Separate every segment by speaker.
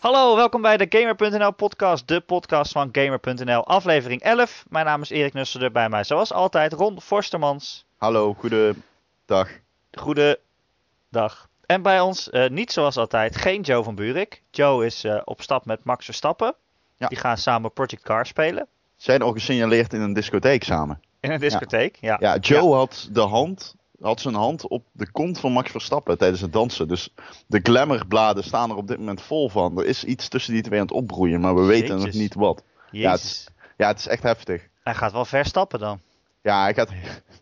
Speaker 1: Hallo, welkom bij de Gamer.nl podcast, de podcast van Gamer.nl, aflevering 11. Mijn naam is Erik Nusselder, bij mij zoals altijd Ron Forstermans.
Speaker 2: Hallo, goedendag.
Speaker 1: Goedendag. En bij ons, niet zoals altijd, geen Joe van Buurik. Joe is op stap met Max Verstappen.
Speaker 2: Ja.
Speaker 1: Die gaan samen Project Cars spelen.
Speaker 2: Zijn al gesignaleerd in een discotheek samen.
Speaker 1: In een discotheek, ja.
Speaker 2: Ja, Joe had zijn hand op de kont van Max Verstappen tijdens het dansen. Dus de glamourbladen staan er op dit moment vol van. Er is iets tussen die twee aan het opbroeien, maar we weten nog niet wat.
Speaker 1: Jezus.
Speaker 2: Ja, het is echt heftig.
Speaker 1: Hij gaat wel ver stappen dan.
Speaker 2: Ja, hij gaat...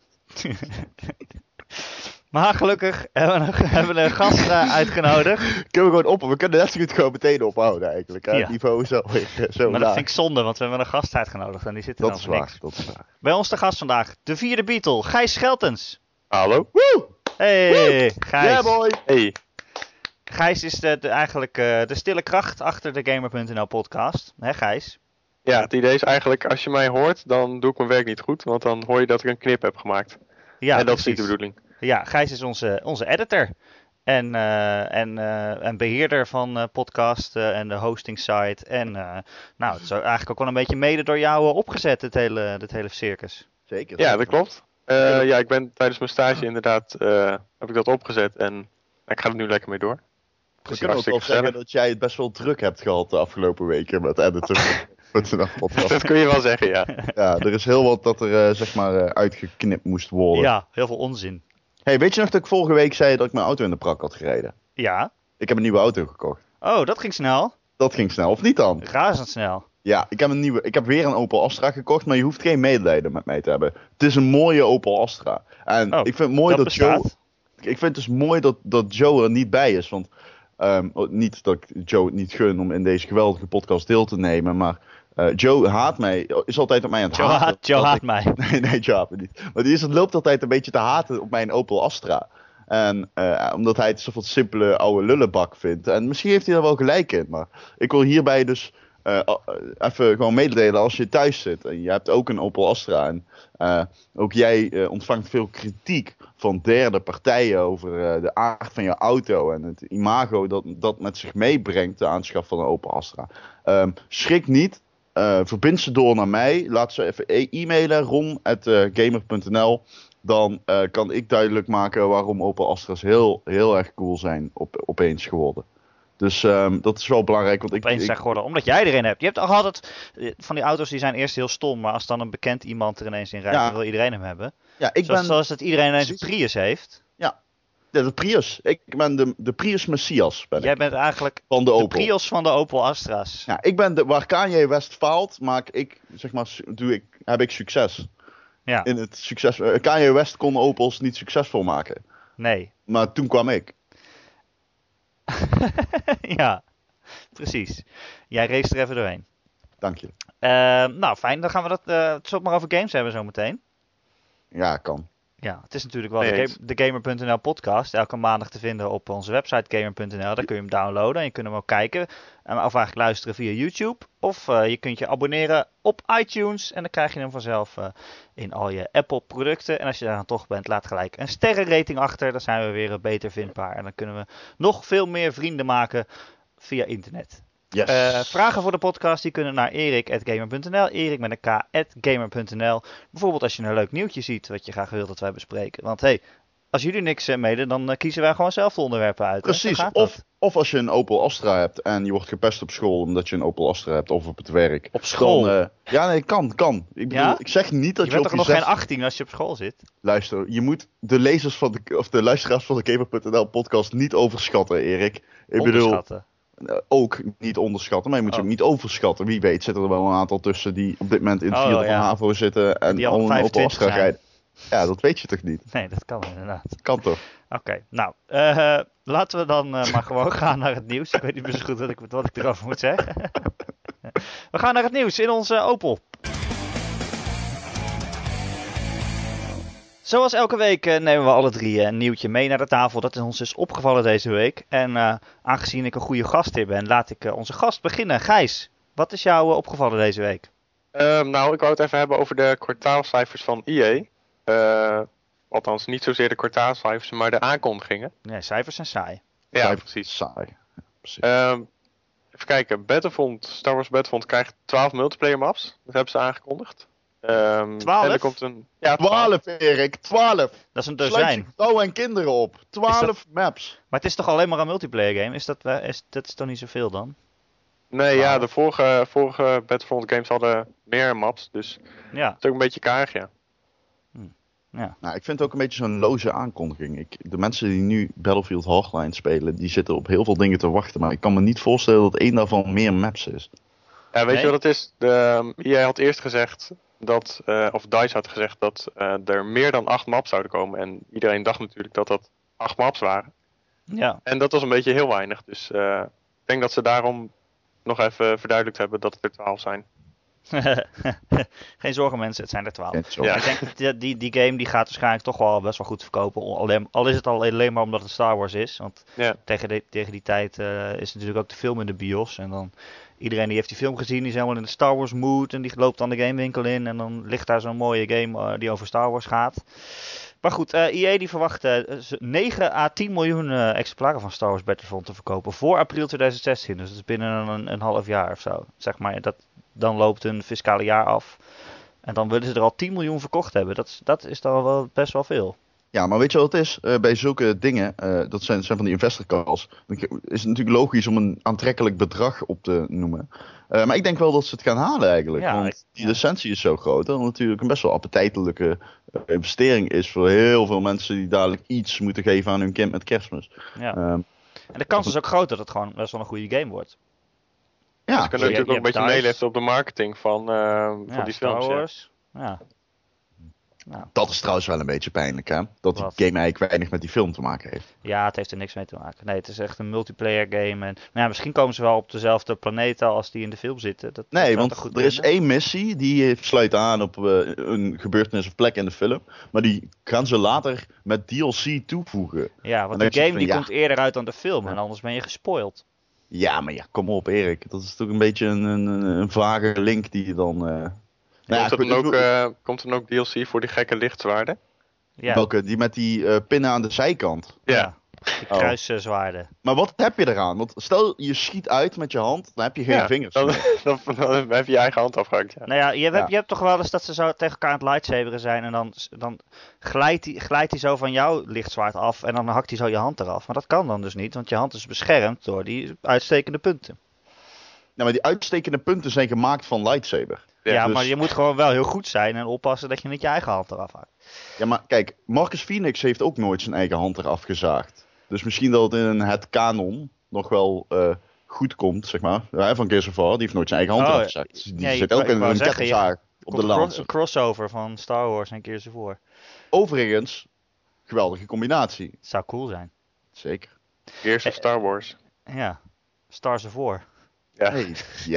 Speaker 1: Maar gelukkig hebben we een gast uitgenodigd.
Speaker 2: Kunnen we gewoon op? We kunnen net zo goed gewoon meteen ophouden eigenlijk.
Speaker 1: Ja.
Speaker 2: Het niveau is alweer zo
Speaker 1: Maar
Speaker 2: laag.
Speaker 1: dat vind ik zonde, want we hebben een gast uitgenodigd en die zit er
Speaker 2: Dat
Speaker 1: dan
Speaker 2: is
Speaker 1: voor
Speaker 2: waar,
Speaker 1: niks.
Speaker 2: dat is waar.
Speaker 1: Bij ons de gast vandaag, de vierde Beatle, Gijs Scheltens.
Speaker 3: Hallo?
Speaker 2: Woe!
Speaker 1: Hey, Gijs.
Speaker 2: Yeah boy!
Speaker 3: Hey.
Speaker 1: Gijs is eigenlijk de stille kracht achter de Gamer.nl podcast. Hè Gijs?
Speaker 3: Ja, het idee is eigenlijk, als je mij hoort, dan doe ik mijn werk niet goed. Want dan hoor je dat ik een knip heb gemaakt.
Speaker 1: Ja,
Speaker 3: en dat is
Speaker 1: precies.
Speaker 3: niet de bedoeling.
Speaker 1: Ja, Gijs is onze editor. En beheerder van podcast en de hosting site. En het is eigenlijk ook wel een beetje mede door jou opgezet, dit hele circus.
Speaker 2: Zeker.
Speaker 3: Ja, dat klopt. Ja, ik ben tijdens mijn stage inderdaad, heb ik dat opgezet. En ik ga er nu lekker mee door.
Speaker 2: We kunnen ook wel zeggen dat jij het best wel druk hebt gehad de afgelopen weken met editen.
Speaker 3: Dat kun je wel zeggen, ja.
Speaker 2: Ja, er is heel wat dat er uitgeknipt moest worden.
Speaker 1: Ja, heel veel onzin.
Speaker 2: Hey, weet je nog dat ik vorige week zei dat ik mijn auto in de prak had gereden?
Speaker 1: Ja.
Speaker 2: Ik heb een nieuwe auto gekocht.
Speaker 1: Oh, dat ging snel.
Speaker 2: Dat ging snel, of niet dan?
Speaker 1: Razendsnel.
Speaker 2: Ja, ik heb weer een Opel Astra gekocht, maar je hoeft geen medelijden met mij te hebben. Het is een mooie Opel Astra. En ik vind het mooi dat Joe... Ik vind het dus mooi dat Joe er niet bij is, want... niet dat ik Joe het niet gun om in deze geweldige podcast deel te nemen, maar Joe haat mij, is altijd op mij aan het haten.
Speaker 1: Joe haat mij.
Speaker 2: Nee, Joe haat me niet. Maar die loopt altijd een beetje te haten op mijn Opel Astra. En omdat hij het een soort simpele oude lullenbak vindt. En misschien heeft hij daar wel gelijk in, maar ik wil hierbij dus even gewoon mededelen als je thuis zit en je hebt ook een Opel Astra en ook jij ontvangt veel kritiek van derde partijen over de aard van je auto en het imago dat met zich meebrengt, de aanschaf van een Opel Astra. Schrik niet, verbind ze door naar mij, laat ze even e-mailen, ron@gamer.nl. Dan kan ik duidelijk maken waarom Opel Astra's heel, heel erg cool zijn opeens geworden. Dus dat is wel belangrijk. Want
Speaker 1: Opeens zijn geworden, omdat jij erin hebt. Je hebt toch altijd van die auto's die zijn eerst heel stom, maar als dan een bekend iemand er ineens in rijdt, dan wil iedereen hem hebben.
Speaker 2: Ja, zoals
Speaker 1: dat iedereen ineens een Prius heeft.
Speaker 2: Ja, de Prius. Ik ben de Prius Messias.
Speaker 1: Jij bent eigenlijk
Speaker 2: van de Opel.
Speaker 1: Prius van de Opel Astra's.
Speaker 2: Ja, ik ben waar Kanye West faalt, heb ik succes.
Speaker 1: Ja.
Speaker 2: In het succes. Kanye West kon Opels niet succesvol maken.
Speaker 1: Nee.
Speaker 2: Maar toen kwam ik.
Speaker 1: Ja, precies. Jij race er even doorheen.
Speaker 2: Dank je.
Speaker 1: Nou, fijn. Dan gaan we het zo maar over games hebben zo meteen.
Speaker 2: Ja, kan.
Speaker 1: Ja, het is natuurlijk wel de Gamer.nl podcast. Elke maandag te vinden op onze website Gamer.nl. Daar kun je hem downloaden en je kunt hem ook kijken. Of eigenlijk luisteren via YouTube. Of je kunt je abonneren op iTunes. En dan krijg je hem vanzelf in al je Apple producten. En als je daar dan toch bent, laat gelijk een sterrenrating achter. Dan zijn we weer beter vindbaar. En dan kunnen we nog veel meer vrienden maken via internet.
Speaker 2: Yes.
Speaker 1: Vragen voor de podcast die kunnen naar erik@gamer.nl, Erik met een k@gamer.nl. Bijvoorbeeld als je een leuk nieuwtje ziet wat je graag wilt dat wij bespreken. Want als jullie niks mede, dan kiezen wij gewoon zelf de onderwerpen uit.
Speaker 2: Precies, of als je een Opel Astra hebt en je wordt gepest op school omdat je een Opel Astra hebt of op het werk.
Speaker 1: Op school?
Speaker 2: Kan. Ik bedoel, ik zeg niet dat
Speaker 1: je bent toch nog geen 18 als je op school zit?
Speaker 2: Luister, je moet de lezers de luisteraars van de Gamer.nl podcast niet overschatten, Erik.
Speaker 1: Onderschatten?
Speaker 2: Ook niet onderschatten, maar je moet ze ook niet overschatten. Wie weet zitten er wel een aantal tussen die op dit moment in het vierde van HAVO zitten en al een Opel Astra rijden. Ja, dat weet je toch niet?
Speaker 1: Nee, dat kan inderdaad.
Speaker 2: Kan toch?
Speaker 1: Oké, nou, laten we dan maar gewoon gaan naar het nieuws. Ik weet niet meer zo goed wat ik erover moet zeggen. We gaan naar het nieuws in onze Opel. Zoals elke week nemen we alle drie een nieuwtje mee naar de tafel. Dat is ons dus opgevallen deze week. En aangezien ik een goede gast hier ben, laat ik onze gast beginnen. Gijs, wat is jou opgevallen deze week?
Speaker 3: Nou, ik wou het even hebben over de kwartaalcijfers van EA. Althans, niet zozeer de kwartaalcijfers, maar de aankondigingen.
Speaker 1: Nee, cijfers zijn saai.
Speaker 3: Ja, precies.
Speaker 2: Saai.
Speaker 3: even kijken. Star Wars Battlefront krijgt 12 multiplayer maps. Dat hebben ze aangekondigd.
Speaker 1: 12?
Speaker 3: En er komt een... Ja,
Speaker 2: 12, Erik, 12!
Speaker 1: Dat is een
Speaker 2: Sluit
Speaker 1: dozijn.
Speaker 2: je vrouwen en kinderen op. 12 maps.
Speaker 1: Maar het is toch alleen maar een multiplayer game? Dat is toch niet zoveel dan?
Speaker 3: Nee, ja, de vorige Battlefront games hadden meer maps. Dus
Speaker 1: Ja.
Speaker 3: het is ook een beetje karig, ja.
Speaker 2: Nou, ik vind het ook een beetje zo'n loze aankondiging. De mensen die nu Battlefield Hardline spelen, die zitten op heel veel dingen te wachten. Maar ik kan me niet voorstellen dat één daarvan meer maps is.
Speaker 3: Ja, weet
Speaker 1: Nee?
Speaker 3: je wat het is? Jij had eerst gezegd dat, of DICE had gezegd dat er meer dan 8 maps zouden komen. En iedereen dacht natuurlijk dat dat 8 maps waren.
Speaker 1: Ja.
Speaker 3: En dat was een beetje heel weinig. Dus ik denk dat ze daarom nog even verduidelijkt hebben dat het er 12 zijn.
Speaker 1: Geen zorgen mensen, het zijn er 12.
Speaker 2: Zo.
Speaker 3: Ja.
Speaker 1: Ik denk dat die game die gaat waarschijnlijk toch wel best wel goed verkopen. Al is het alleen maar omdat het Star Wars is. Want
Speaker 3: Ja.
Speaker 1: tegen die tijd is natuurlijk ook de film in de bios. En dan iedereen die heeft die film gezien, die is helemaal in de Star Wars mood. En die loopt dan de gamewinkel in. En dan ligt daar zo'n mooie game die over Star Wars gaat. Maar goed, EA die verwacht 9 à 10 miljoen exemplaren van Star Wars Battlefront te verkopen. Voor april 2016. Dus dat is binnen een half jaar of zo. Zeg maar, dan loopt hun fiscale jaar af. En dan willen ze er al 10 miljoen verkocht hebben. Dat is dan wel best wel veel.
Speaker 2: Ja, maar weet je wat het is? Bij zulke dingen, dat zijn van die investor calls, dan is het natuurlijk logisch om een aantrekkelijk bedrag op te noemen. Maar ik denk wel dat ze het gaan halen eigenlijk.
Speaker 1: Ja,
Speaker 2: want die licentie is zo groot. Dat het natuurlijk een best wel appetijtelijke investering is voor heel veel mensen die dadelijk iets moeten geven aan hun kind met Kerstmis.
Speaker 1: Ja. En de kans is ook groot dat het gewoon best wel een goede game wordt.
Speaker 2: Ja,
Speaker 3: Ze kunnen
Speaker 1: je
Speaker 3: natuurlijk ook een
Speaker 1: hebt
Speaker 3: beetje
Speaker 1: DICE.
Speaker 3: meeliften op de marketing van die
Speaker 1: Star
Speaker 3: films. Ja.
Speaker 1: Wars. Ja. Nou,
Speaker 2: dat is trouwens wel een beetje pijnlijk, hè? Dat die
Speaker 1: Wat?
Speaker 2: game eigenlijk weinig met die film te maken heeft.
Speaker 1: ja, het heeft er niks mee te maken. Nee, het is echt een multiplayer game. En, maar ja, misschien komen ze wel op dezelfde planeten als die in de film zitten. Dat
Speaker 2: Nee,
Speaker 1: zou
Speaker 2: want
Speaker 1: toch goed
Speaker 2: er is
Speaker 1: kunnen?
Speaker 2: één missie die sluit aan op een gebeurtenis of plek in de film. Maar die gaan ze later met DLC toevoegen.
Speaker 1: Ja, want
Speaker 2: En
Speaker 1: de
Speaker 2: dan
Speaker 1: game
Speaker 2: heb je
Speaker 1: die
Speaker 2: van,
Speaker 1: komt eerder uit dan de film. En anders ben je gespoild.
Speaker 2: Ja, maar ja, kom op Erik. Dat is toch een beetje een vage link die je dan... Nou ja,
Speaker 3: Komt, er
Speaker 2: goed,
Speaker 3: dan ook, komt er dan ook DLC voor die gekke lichtzwaarden?
Speaker 1: Ja,
Speaker 2: welke? Die met die pinnen aan de zijkant.
Speaker 1: ja. Die kruiszwaarden.
Speaker 2: Maar wat heb je eraan? Want stel je schiet uit met je hand, dan heb je geen
Speaker 3: Ja,
Speaker 2: vingers.
Speaker 3: Dan heb je je eigen hand afgehakt. Ja.
Speaker 1: Nou ja,
Speaker 2: Ja.
Speaker 1: je hebt toch wel eens dat ze zo tegen elkaar aan het lightsaberen zijn. En dan glijdt hij zo van jouw lichtzwaard af. En dan hakt hij zo je hand eraf. Maar dat kan dan dus niet. Want je hand is beschermd door die uitstekende punten.
Speaker 2: Nou, maar die uitstekende punten zijn gemaakt van lightsaber.
Speaker 1: Ja,
Speaker 2: dus-
Speaker 1: maar je moet gewoon wel heel goed zijn. En oppassen dat je niet je eigen hand eraf hakt.
Speaker 2: Ja, maar kijk, Marcus Phoenix heeft ook nooit zijn eigen hand eraf gezaagd. Dus misschien dat het in het kanon nog wel goed komt, zeg maar. Ja, van Gears of War, die heeft nooit zijn eigen hand
Speaker 1: Oh,
Speaker 2: eraf gezaagd. Die
Speaker 1: nee,
Speaker 2: zit
Speaker 1: ik
Speaker 2: ook in
Speaker 1: wou
Speaker 2: een
Speaker 1: zeggen,
Speaker 2: kettingzaag op de
Speaker 1: Komt een
Speaker 2: lans.
Speaker 1: crossover van Star Wars en Gears of War.
Speaker 2: Overigens, geweldige combinatie.
Speaker 1: Het zou cool zijn.
Speaker 2: Zeker.
Speaker 3: Gears of Star Wars.
Speaker 1: Ja, Stars of War.
Speaker 3: Ja.
Speaker 2: Hey,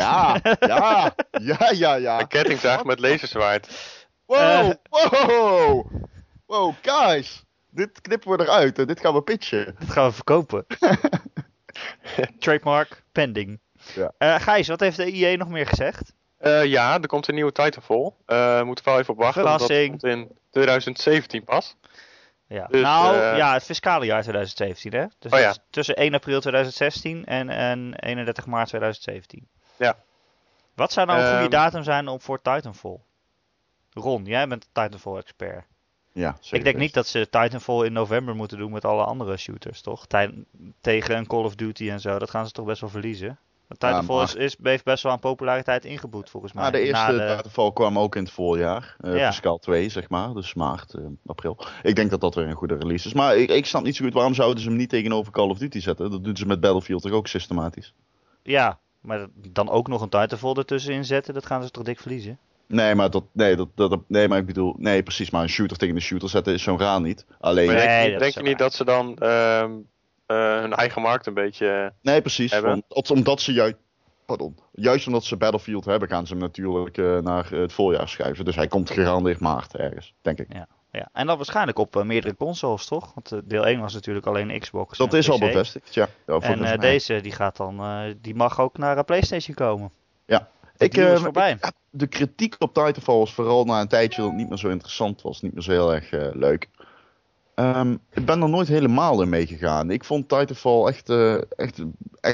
Speaker 2: ja.
Speaker 3: Een kettingzaag met laserzwaard.
Speaker 2: Wow, wow, guys. Dit knippen we eruit en dit gaan we pitchen.
Speaker 1: Dit gaan we verkopen. Trademark pending.
Speaker 2: Ja.
Speaker 1: Gijs, wat heeft de IE nog meer gezegd?
Speaker 3: Ja, er komt een nieuwe Titanfall. Moeten we wel even op wachten. Want dat
Speaker 1: Verrassing.
Speaker 3: komt in 2017 pas.
Speaker 1: Ja.
Speaker 3: Dus,
Speaker 1: nou, ja, het fiscale jaar 2017, hè? Dus
Speaker 3: Oh ja.
Speaker 1: dat is tussen 1 april 2016 en 31 maart 2017.
Speaker 3: Ja.
Speaker 1: Wat zou nou een goede
Speaker 3: Ehm,
Speaker 1: datum zijn voor Titanfall? Ron, jij bent de Titanfall-expert.
Speaker 2: Ja, zeker.
Speaker 1: Ik denk niet dat ze Titanfall in november moeten doen met alle andere shooters, toch? Tegen een Call of Duty en zo. Dat gaan ze toch best wel verliezen. Want Titanfall
Speaker 2: maar-
Speaker 1: heeft best wel aan populariteit ingeboet, volgens mij.
Speaker 2: Maar de eerste
Speaker 1: Na
Speaker 2: Titanfall kwam ook in het voorjaar.
Speaker 1: Ja.
Speaker 2: Fiscaal 2, zeg maar. Dus maart, april. Ik denk dat dat weer een goede release is. Maar ik snap niet zo goed waarom zouden ze hem niet tegenover Call of Duty zetten. Dat doen ze met Battlefield toch ook systematisch.
Speaker 1: Ja, maar dan ook nog een Titanfall ertussenin zetten, dat gaan ze toch dik verliezen?
Speaker 2: Nee, maar maar ik bedoel, nee, precies. Maar een shooter tegen een shooter zetten is zo'n raar niet. Alleen,
Speaker 3: Maar
Speaker 1: Nee, dat
Speaker 3: denk
Speaker 1: is
Speaker 3: je
Speaker 1: waar.
Speaker 3: niet dat ze dan hun eigen markt een beetje...
Speaker 2: nee, precies.
Speaker 3: Hebben.
Speaker 2: Omdat ze juist omdat ze Battlefield hebben, gaan ze hem natuurlijk naar het voorjaar schuiven. Dus hij komt gegarandeerd maart ergens, denk ik.
Speaker 1: Ja, en dan waarschijnlijk op meerdere consoles, toch? Want deel 1 was natuurlijk alleen Xbox.
Speaker 2: Dat
Speaker 1: en
Speaker 2: is al
Speaker 1: PC.
Speaker 2: bevestigd, ja. Ja,
Speaker 1: En
Speaker 2: volgens mij.
Speaker 1: deze, die mag ook naar PlayStation komen.
Speaker 2: Ja.
Speaker 1: Ik is voorbij.
Speaker 2: De kritiek op Titanfall was vooral na een tijdje dat het niet meer zo interessant was. Niet meer zo heel erg leuk. Ik ben er nooit helemaal in meegegaan. Ik vond Titanfall echt een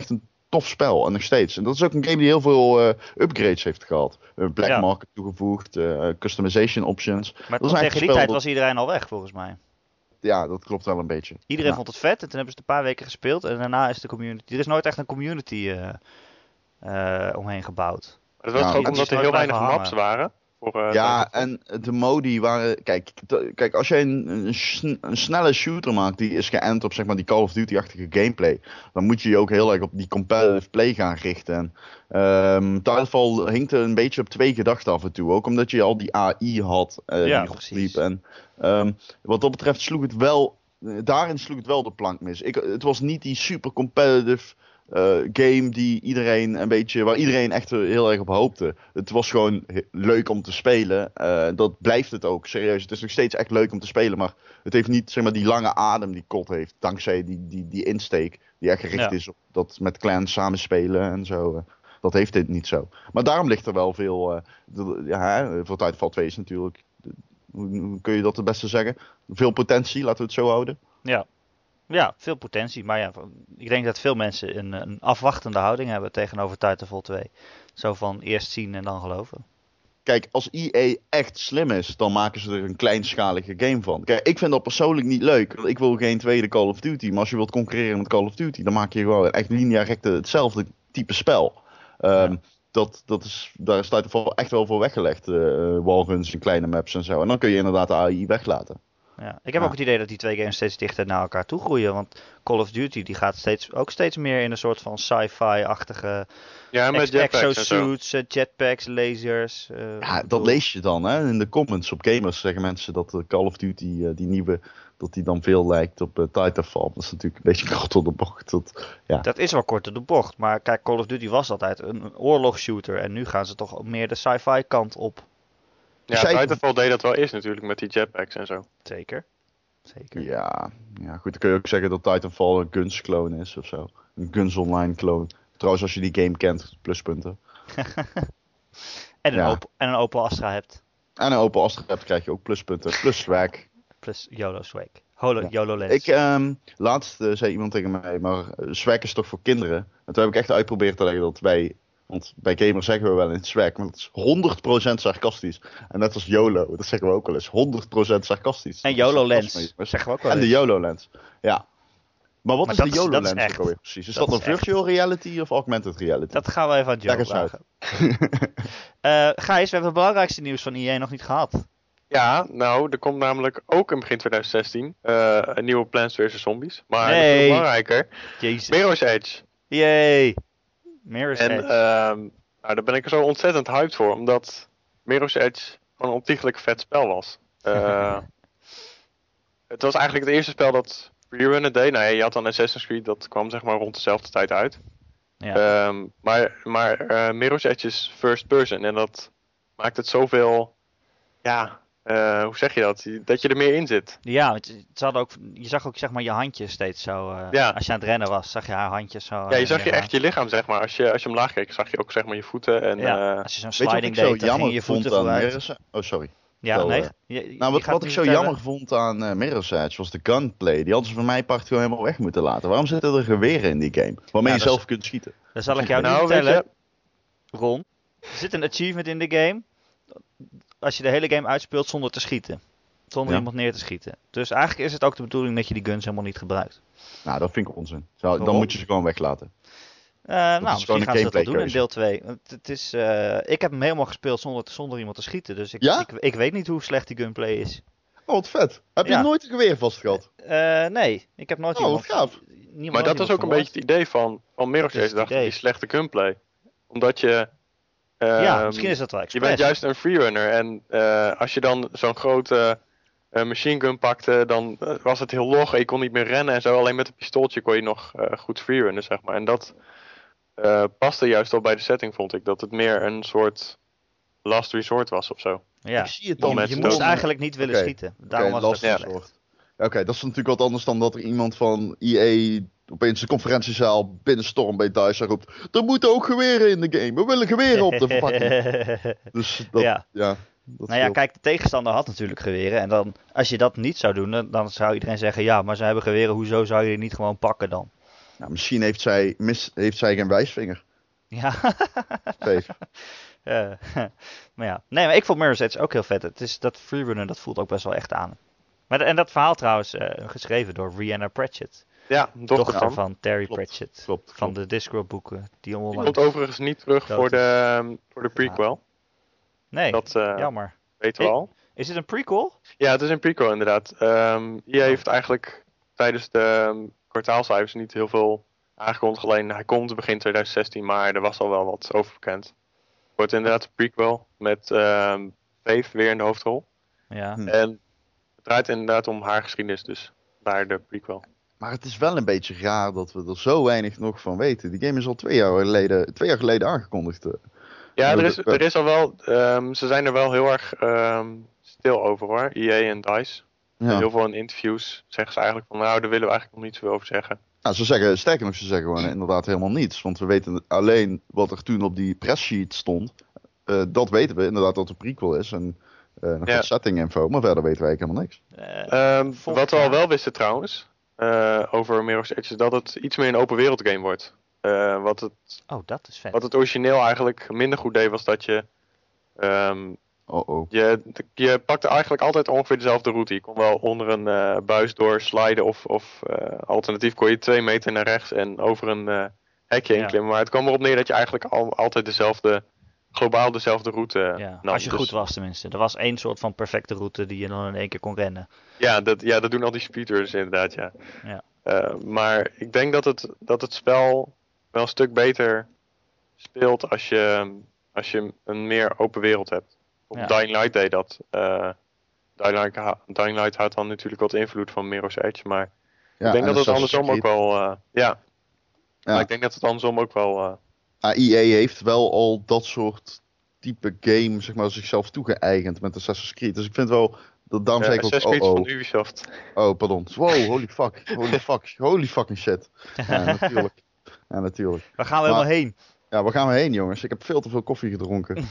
Speaker 2: tof spel. En nog steeds. En dat is ook een game die heel veel upgrades heeft gehad. Black market toegevoegd. Customization options.
Speaker 1: Maar
Speaker 2: dat
Speaker 1: tegen die tijd was iedereen al weg, volgens mij.
Speaker 2: Ja, dat klopt wel een beetje.
Speaker 1: Iedereen vond het vet en toen hebben ze het een paar weken gespeeld. En daarna is de community... Er is nooit echt een community omheen gebouwd.
Speaker 3: Maar dat was ook omdat er heel weinig maps waren.
Speaker 2: En de modi waren... Kijk, als jij een snelle shooter maakt die is geënt op zeg maar die Call of Duty-achtige gameplay, dan moet je je ook heel erg op die competitive play gaan richten. Titanfall hinkte een beetje op twee gedachten af en toe. Ook omdat je al die AI had die rondliep. En wat dat betreft sloeg het wel... Daarin sloeg het wel de plank mis. Het was niet die super competitive game die waar iedereen echt heel erg op hoopte. Het was gewoon leuk om te spelen. Dat blijft het ook, serieus. Het is nog steeds echt leuk om te spelen, maar het heeft niet zeg maar die lange adem die COD heeft. Dankzij die insteek die echt gericht is op dat met clans samenspelen en zo. Dat heeft dit niet zo. Maar daarom ligt er wel veel... voor Titanfall 2 is natuurlijk... Hoe kun je dat het beste zeggen? Veel potentie, laten we het zo houden.
Speaker 1: Ja, veel potentie. Maar ja, ik denk dat veel mensen een afwachtende houding hebben tegenover Titanfall 2. Zo van eerst zien en dan geloven.
Speaker 2: Kijk, als EA echt slim is, dan maken ze er een kleinschalige game van. Kijk, ik vind dat persoonlijk niet leuk. Want ik wil geen tweede Call of Duty. Maar als je wilt concurreren met Call of Duty, dan maak je gewoon echt linea recte hetzelfde type spel. Daar staat er echt wel voor weggelegd. Wallruns en kleine maps en zo. En dan kun je inderdaad de AI weglaten.
Speaker 1: Ja, ik heb ook het idee dat die twee games steeds dichter naar elkaar toe groeien. Want Call of Duty die gaat steeds meer in een soort van sci-fi-achtige...
Speaker 3: Ja, met
Speaker 1: exosuits, jetpacks, lasers.
Speaker 2: Dat lees je dan hè. In de comments op gamers zeggen mensen dat Call of Duty, die nieuwe... dat die dan veel lijkt op Titanfall. Dat is natuurlijk een beetje kort door de bocht.
Speaker 1: Dat is wel kort door de bocht. Maar kijk, Call of Duty was altijd een oorlogsshooter. En nu gaan ze toch meer de sci-fi kant op.
Speaker 3: Ja, Titanfall deed dat wel eerst natuurlijk met die jetpacks en zo.
Speaker 1: Zeker.
Speaker 2: Ja, goed. Dan kun je ook zeggen dat Titanfall een Guns clone is of zo. Een Guns Online clone. Trouwens, als je die game kent, pluspunten.
Speaker 1: En een open Astra hebt.
Speaker 2: En een open Astra hebt, krijg je ook pluspunten. Plus swag.
Speaker 1: Plus YOLO swag. YOLO lens.
Speaker 2: Laatst zei iemand tegen mij, maar swag is toch voor kinderen? En toen heb ik echt uitgeprobeerd te leggen dat want bij gamers zeggen we wel in swag, maar het is 100% sarcastisch. En net als YOLO, dat zeggen we ook wel eens, 100% sarcastisch.
Speaker 1: En YOLO lens, zeggen we ook wel eens.
Speaker 2: En de YOLO lens, ja. Maar wat is de YOLO lens ook alweer precies? Is dat een virtual reality of augmented reality?
Speaker 1: Dat gaan we even aan Joe vragen. Gijs, we hebben het belangrijkste nieuws van EA nog niet gehad.
Speaker 3: Ja, nou, er komt namelijk ook in begin 2016 een nieuwe Plants vs. Zombies. Maar veel belangrijker, Mirror's Edge.
Speaker 1: Yay! Mirror's Edge.
Speaker 3: Daar ben ik zo ontzettend hyped voor, omdat Mirror's Edge gewoon een ontiegelijk vet spel was. Het was eigenlijk het eerste spel dat Freerunner deed. Nou ja, je had dan Assassin's Creed, dat kwam zeg maar rond dezelfde tijd uit. Ja. Maar Mirror's Edge is first person en dat maakt het zoveel... Ja, hoe zeg je dat? Dat je er meer in zit.
Speaker 1: Ja, je zag ook zeg maar je handjes steeds zo. Als je aan het rennen was, zag je haar handjes zo.
Speaker 3: Ja, je zag je echt je lichaam zeg maar. Als je omlaag keek, zag je ook zeg maar je voeten. En,
Speaker 1: als je zo'n sliding deed, dan ging je voeten vooruit.
Speaker 2: Oh, sorry.
Speaker 1: Ja, nee.
Speaker 2: Wat ik zo jammer vond aan Mirror's Edge was de gunplay. Die hadden ze van mij part gewoon helemaal weg moeten laten. Waarom zitten er geweren in die game? Waarmee je zelf kunt schieten.
Speaker 1: Dat zal ik jou niet vertellen. Ron, er zit een achievement in de game. Als je de hele game uitspeelt zonder te schieten. Zonder iemand neer te schieten. Dus eigenlijk is het ook de bedoeling dat je die guns helemaal niet gebruikt.
Speaker 2: Nou, dat vind ik onzin. Dan moet je ze gewoon weglaten.
Speaker 1: Misschien gaan ze dat wel doen in deel 2. Ik heb hem helemaal gespeeld zonder iemand te schieten. Dus ik weet niet hoe slecht die gunplay is.
Speaker 2: Oh, wat vet. Heb je nooit een geweer vast gehad?
Speaker 1: Nee, ik heb nooit iemand...
Speaker 2: wat gaaf.
Speaker 3: Maar dat was ook een beetje het idee van Mirror's Edge, dacht ik, die slechte gunplay. Omdat je...
Speaker 1: misschien is dat wel expres.
Speaker 3: Je bent juist een freerunner en als je dan zo'n grote machine gun pakte, dan was het heel log en je kon niet meer rennen en zo. Alleen met een pistooltje kon je nog goed freerunnen, zeg maar. En dat paste juist al bij de setting, vond ik. Dat het meer een soort last resort was of zo.
Speaker 1: Ja, je moest eigenlijk niet willen schieten. Daarom was het slecht.
Speaker 2: Oké, dat is natuurlijk wat anders dan dat er iemand van EA opeens de conferentiezaal binnenstormt bij DICE en roept: er moeten ook geweren in de game. We willen geweren op de verpakking. Dus dat
Speaker 1: kijk, de tegenstander had natuurlijk geweren. En dan, als je dat niet zou doen, dan zou iedereen zeggen: ja, maar ze hebben geweren. Hoezo zou je die niet gewoon pakken dan?
Speaker 2: Nou, misschien heeft zij geen wijsvinger.
Speaker 1: Ja.
Speaker 2: Dave.
Speaker 1: Maar ja. Nee, maar ik vond Mirror's Edge ook heel vet. Het is dat freerunner, dat voelt ook best wel echt aan. En dat verhaal trouwens, geschreven door Rhianna Pratchett.
Speaker 3: Ja,
Speaker 1: dochter van Terry
Speaker 2: Klopt,
Speaker 1: Pratchett.
Speaker 2: klopt.
Speaker 1: Van de Discworld boeken. Die
Speaker 3: komt overigens niet terug voor de prequel.
Speaker 1: Nee,
Speaker 3: dat
Speaker 1: jammer.
Speaker 3: weten we al.
Speaker 1: Is het een prequel?
Speaker 3: Ja, het is een prequel inderdaad. EA heeft eigenlijk tijdens de kwartaalcijfers niet heel veel aangekondigd. Alleen hij komt begin 2016, maar er was al wel wat over bekend. Het wordt inderdaad een prequel met Faith weer in de hoofdrol.
Speaker 1: Ja.
Speaker 3: En het draait inderdaad om haar geschiedenis, dus daar de prequel.
Speaker 2: Maar het is wel een beetje raar dat we er zo weinig nog van weten. Die game is al 2 jaar geleden aangekondigd.
Speaker 3: Ja, er is al wel. Ze zijn er wel heel erg stil over hoor. EA en DICE.
Speaker 2: Ja.
Speaker 3: Heel veel in interviews zeggen ze eigenlijk van nou, daar willen we eigenlijk nog niet zoveel over zeggen.
Speaker 2: Nou, sterker nog, ze zeggen gewoon inderdaad helemaal niets. Want we weten alleen wat er toen op die presssheet stond. Dat weten we inderdaad dat het een prequel is. En nog wat setting info. Maar verder weten wij helemaal niks.
Speaker 3: Wat we al wel wisten trouwens. Over Mirror's Edge is dat het iets meer een open wereld game wordt.
Speaker 1: Dat is vet.
Speaker 3: Wat het origineel eigenlijk minder goed deed was dat je... Je pakte eigenlijk altijd ongeveer dezelfde route. Je kon wel onder een buis doorsliden of alternatief kon je 2 meter naar rechts en over een hekje inklimmen. Maar het kwam erop neer dat je eigenlijk altijd globaal dezelfde route nam.
Speaker 1: Als je goed was tenminste. Er was 1 soort van perfecte route die je dan in 1 keer kon rennen.
Speaker 3: Ja, dat doen al die speedrunners inderdaad, ja. Maar ik denk dat het spel wel een stuk beter speelt als je een meer open wereld hebt. Dying Light deed dat. Dying Light houdt dan natuurlijk wat invloed van Mirror's Edge, maar ik denk dat het andersom ook wel... Maar ik denk dat het andersom ook wel...
Speaker 2: EA heeft wel al dat soort type game, zeg maar, zichzelf toegeëigend met Assassin's Creed. Dus ik vind wel... Daarom zei ik ook...
Speaker 3: Assassin's Creed van Ubisoft.
Speaker 2: Oh, pardon. Wow, holy fucking shit. Ja, natuurlijk.
Speaker 1: Waar gaan we helemaal heen?
Speaker 2: Ja, waar gaan we heen, jongens? Ik heb veel te veel koffie gedronken.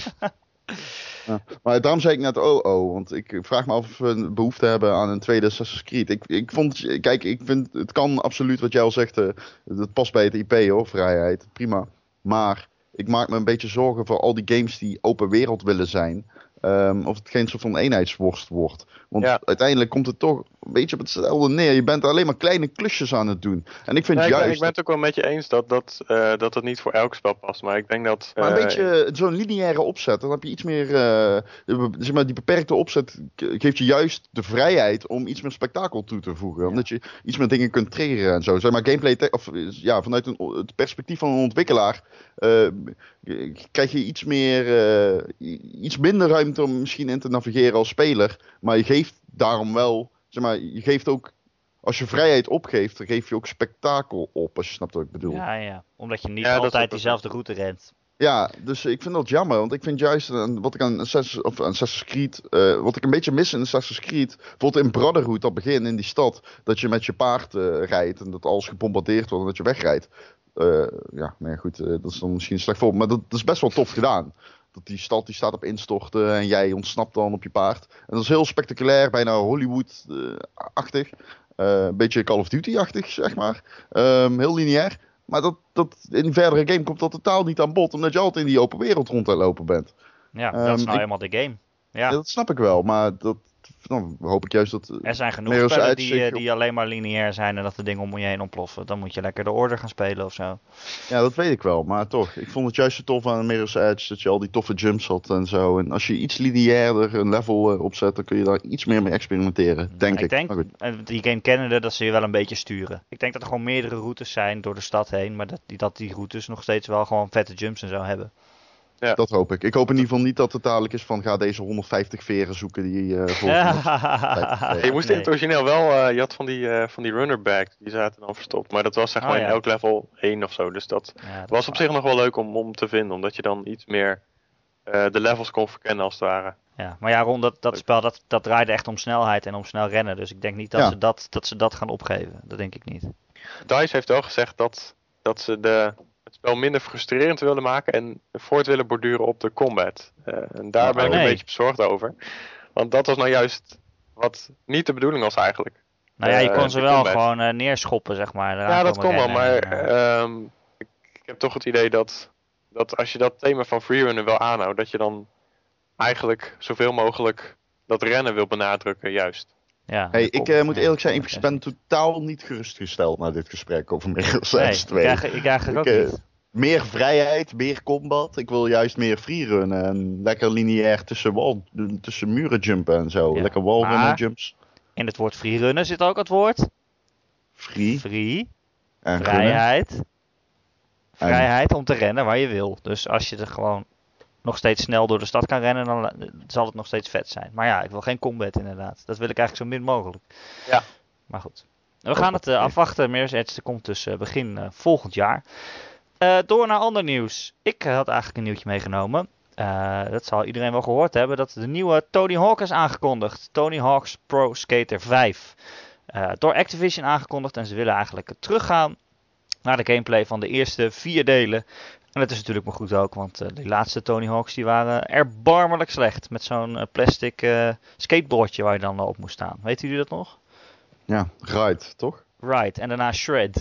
Speaker 2: Maar daarom zei ik net want ik vraag me af of we een behoefte hebben aan een tweede Assassin's Creed. Ik vind het kan absoluut wat jij al zegt, het past bij het IP hoor, vrijheid, prima. Maar ik maak me een beetje zorgen voor al die games die open wereld willen zijn. Of het geen soort van eenheidsworst wordt. Want uiteindelijk komt het toch een beetje op hetzelfde neer. Je bent alleen maar kleine klusjes aan het doen. En ik vind
Speaker 3: ik ben het ook wel met je eens dat het niet voor elk spel past. Maar ik denk dat...
Speaker 2: Maar een beetje zo'n lineaire opzet. Dan heb je iets meer... zeg maar, die beperkte opzet geeft je juist de vrijheid om iets meer spektakel toe te voegen. Ja. Omdat je iets meer dingen kunt triggeren en zo. Zeg maar gameplay... vanuit het perspectief van een ontwikkelaar... krijg je iets minder ruimte om misschien in te navigeren als speler. Maar je geeft daarom wel... Zeg maar, je geeft ook... Als je vrijheid opgeeft, dan geef je ook spektakel op, als je snapt wat ik bedoel.
Speaker 1: Ja. Omdat je niet altijd diezelfde route rent.
Speaker 2: Ja, dus ik vind dat jammer. Want ik vind juist wat ik aan Assassin's Creed... wat ik een beetje mis in Assassin's Creed... Bijvoorbeeld in Brotherhood, dat begin in die stad... Dat je met je paard rijdt en dat alles gebombardeerd wordt en dat je wegrijdt. Dat is dan misschien een slecht voorbeeld. Maar dat is best wel tof gedaan. Dat die stad die staat op instorten en jij ontsnapt dan op je paard. En dat is heel spectaculair, bijna Hollywood-achtig. Een beetje Call of Duty-achtig, zeg maar. Heel lineair. Maar in die verdere game komt dat totaal niet aan bod. Omdat je altijd in die open wereld rond te lopen bent.
Speaker 1: Ja, dat is nou helemaal de game. Ja,
Speaker 2: dat snap ik wel. Maar dan hoop ik juist dat...
Speaker 1: Er zijn genoeg spellen die alleen maar lineair zijn en dat de dingen om je heen ontploffen. Dan moet je lekker de Order gaan spelen of zo.
Speaker 2: Ja, dat weet ik wel. Maar toch, ik vond het juist zo tof aan Mirror's Edge dat je al die toffe jumps had en zo. En als je iets lineairder een level opzet, dan kun je daar iets meer mee experimenteren, denk ik.
Speaker 1: Ik denk, die game kennende, dat ze je wel een beetje sturen. Ik denk dat er gewoon meerdere routes zijn door de stad heen, maar dat die routes nog steeds wel gewoon vette jumps en zo hebben.
Speaker 2: Ja. Dat hoop ik. Ik hoop in ieder geval niet dat het dadelijk is van ga deze 150 veren zoeken die
Speaker 3: je moest in het origineel wel, je had van die runnerback, die zaten dan verstopt. Maar dat was zeg maar in elk level 1 of zo. Dus dat was op zich nog wel leuk om te vinden. Omdat je dan iets meer de levels kon verkennen als het ware.
Speaker 1: Ja, maar ja Ron, dat spel dat draaide echt om snelheid en om snel rennen. Dus ik denk niet dat ze dat gaan opgeven. Dat denk ik niet.
Speaker 3: DICE heeft wel gezegd dat ze het spel minder frustrerend willen maken en voort willen borduren op de combat. En daar ben ik een beetje bezorgd over. Want dat was nou juist wat niet de bedoeling was eigenlijk.
Speaker 1: Nou ja, je kon ze wel
Speaker 3: combat.
Speaker 1: gewoon neerschoppen, zeg maar.
Speaker 3: Ja, dat kon wel, maar
Speaker 1: en,
Speaker 3: ik heb toch het idee dat als je dat thema van freerunnen wil aanhouden, dat je dan eigenlijk zoveel mogelijk dat rennen wil benadrukken, juist.
Speaker 1: ja,
Speaker 2: Hey, ik moet eerlijk zijn,
Speaker 1: combat
Speaker 2: ik ben totaal niet gerustgesteld na dit gesprek over Mirror's 2.
Speaker 1: ik eigenlijk ook niet.
Speaker 2: Meer vrijheid, meer combat. Ik wil juist meer freerunnen en lekker lineair tussen muren jumpen en zo.
Speaker 1: Ja,
Speaker 2: Lekker wallrunnen
Speaker 1: maar-
Speaker 2: jumps.
Speaker 1: In het woord freerunnen zit ook het woord
Speaker 2: Free en runnen.
Speaker 1: vrijheid. Vrijheid om te rennen waar je wil. Dus als je er gewoon nog steeds snel door de stad kan rennen, dan zal het nog steeds vet zijn. Maar ja, ik wil geen combat inderdaad. Dat wil ik eigenlijk zo min mogelijk.
Speaker 3: Ja.
Speaker 1: Maar goed. We gaan het afwachten. Mirror's Edge komt dus begin volgend jaar. Door naar ander nieuws. Ik had eigenlijk een nieuwtje meegenomen. Dat zal iedereen wel gehoord hebben. Dat de nieuwe Tony Hawk is aangekondigd. Tony Hawk's Pro Skater 5. Door Activision aangekondigd. En ze willen eigenlijk teruggaan naar de gameplay van de eerste 4 delen. En dat is natuurlijk maar goed ook. Want die laatste Tony Hawk's die waren erbarmelijk slecht. Met zo'n plastic skateboardje waar je dan op moest staan. Weten jullie dat nog?
Speaker 2: Ja, right, toch?
Speaker 1: Right. En daarna Shred.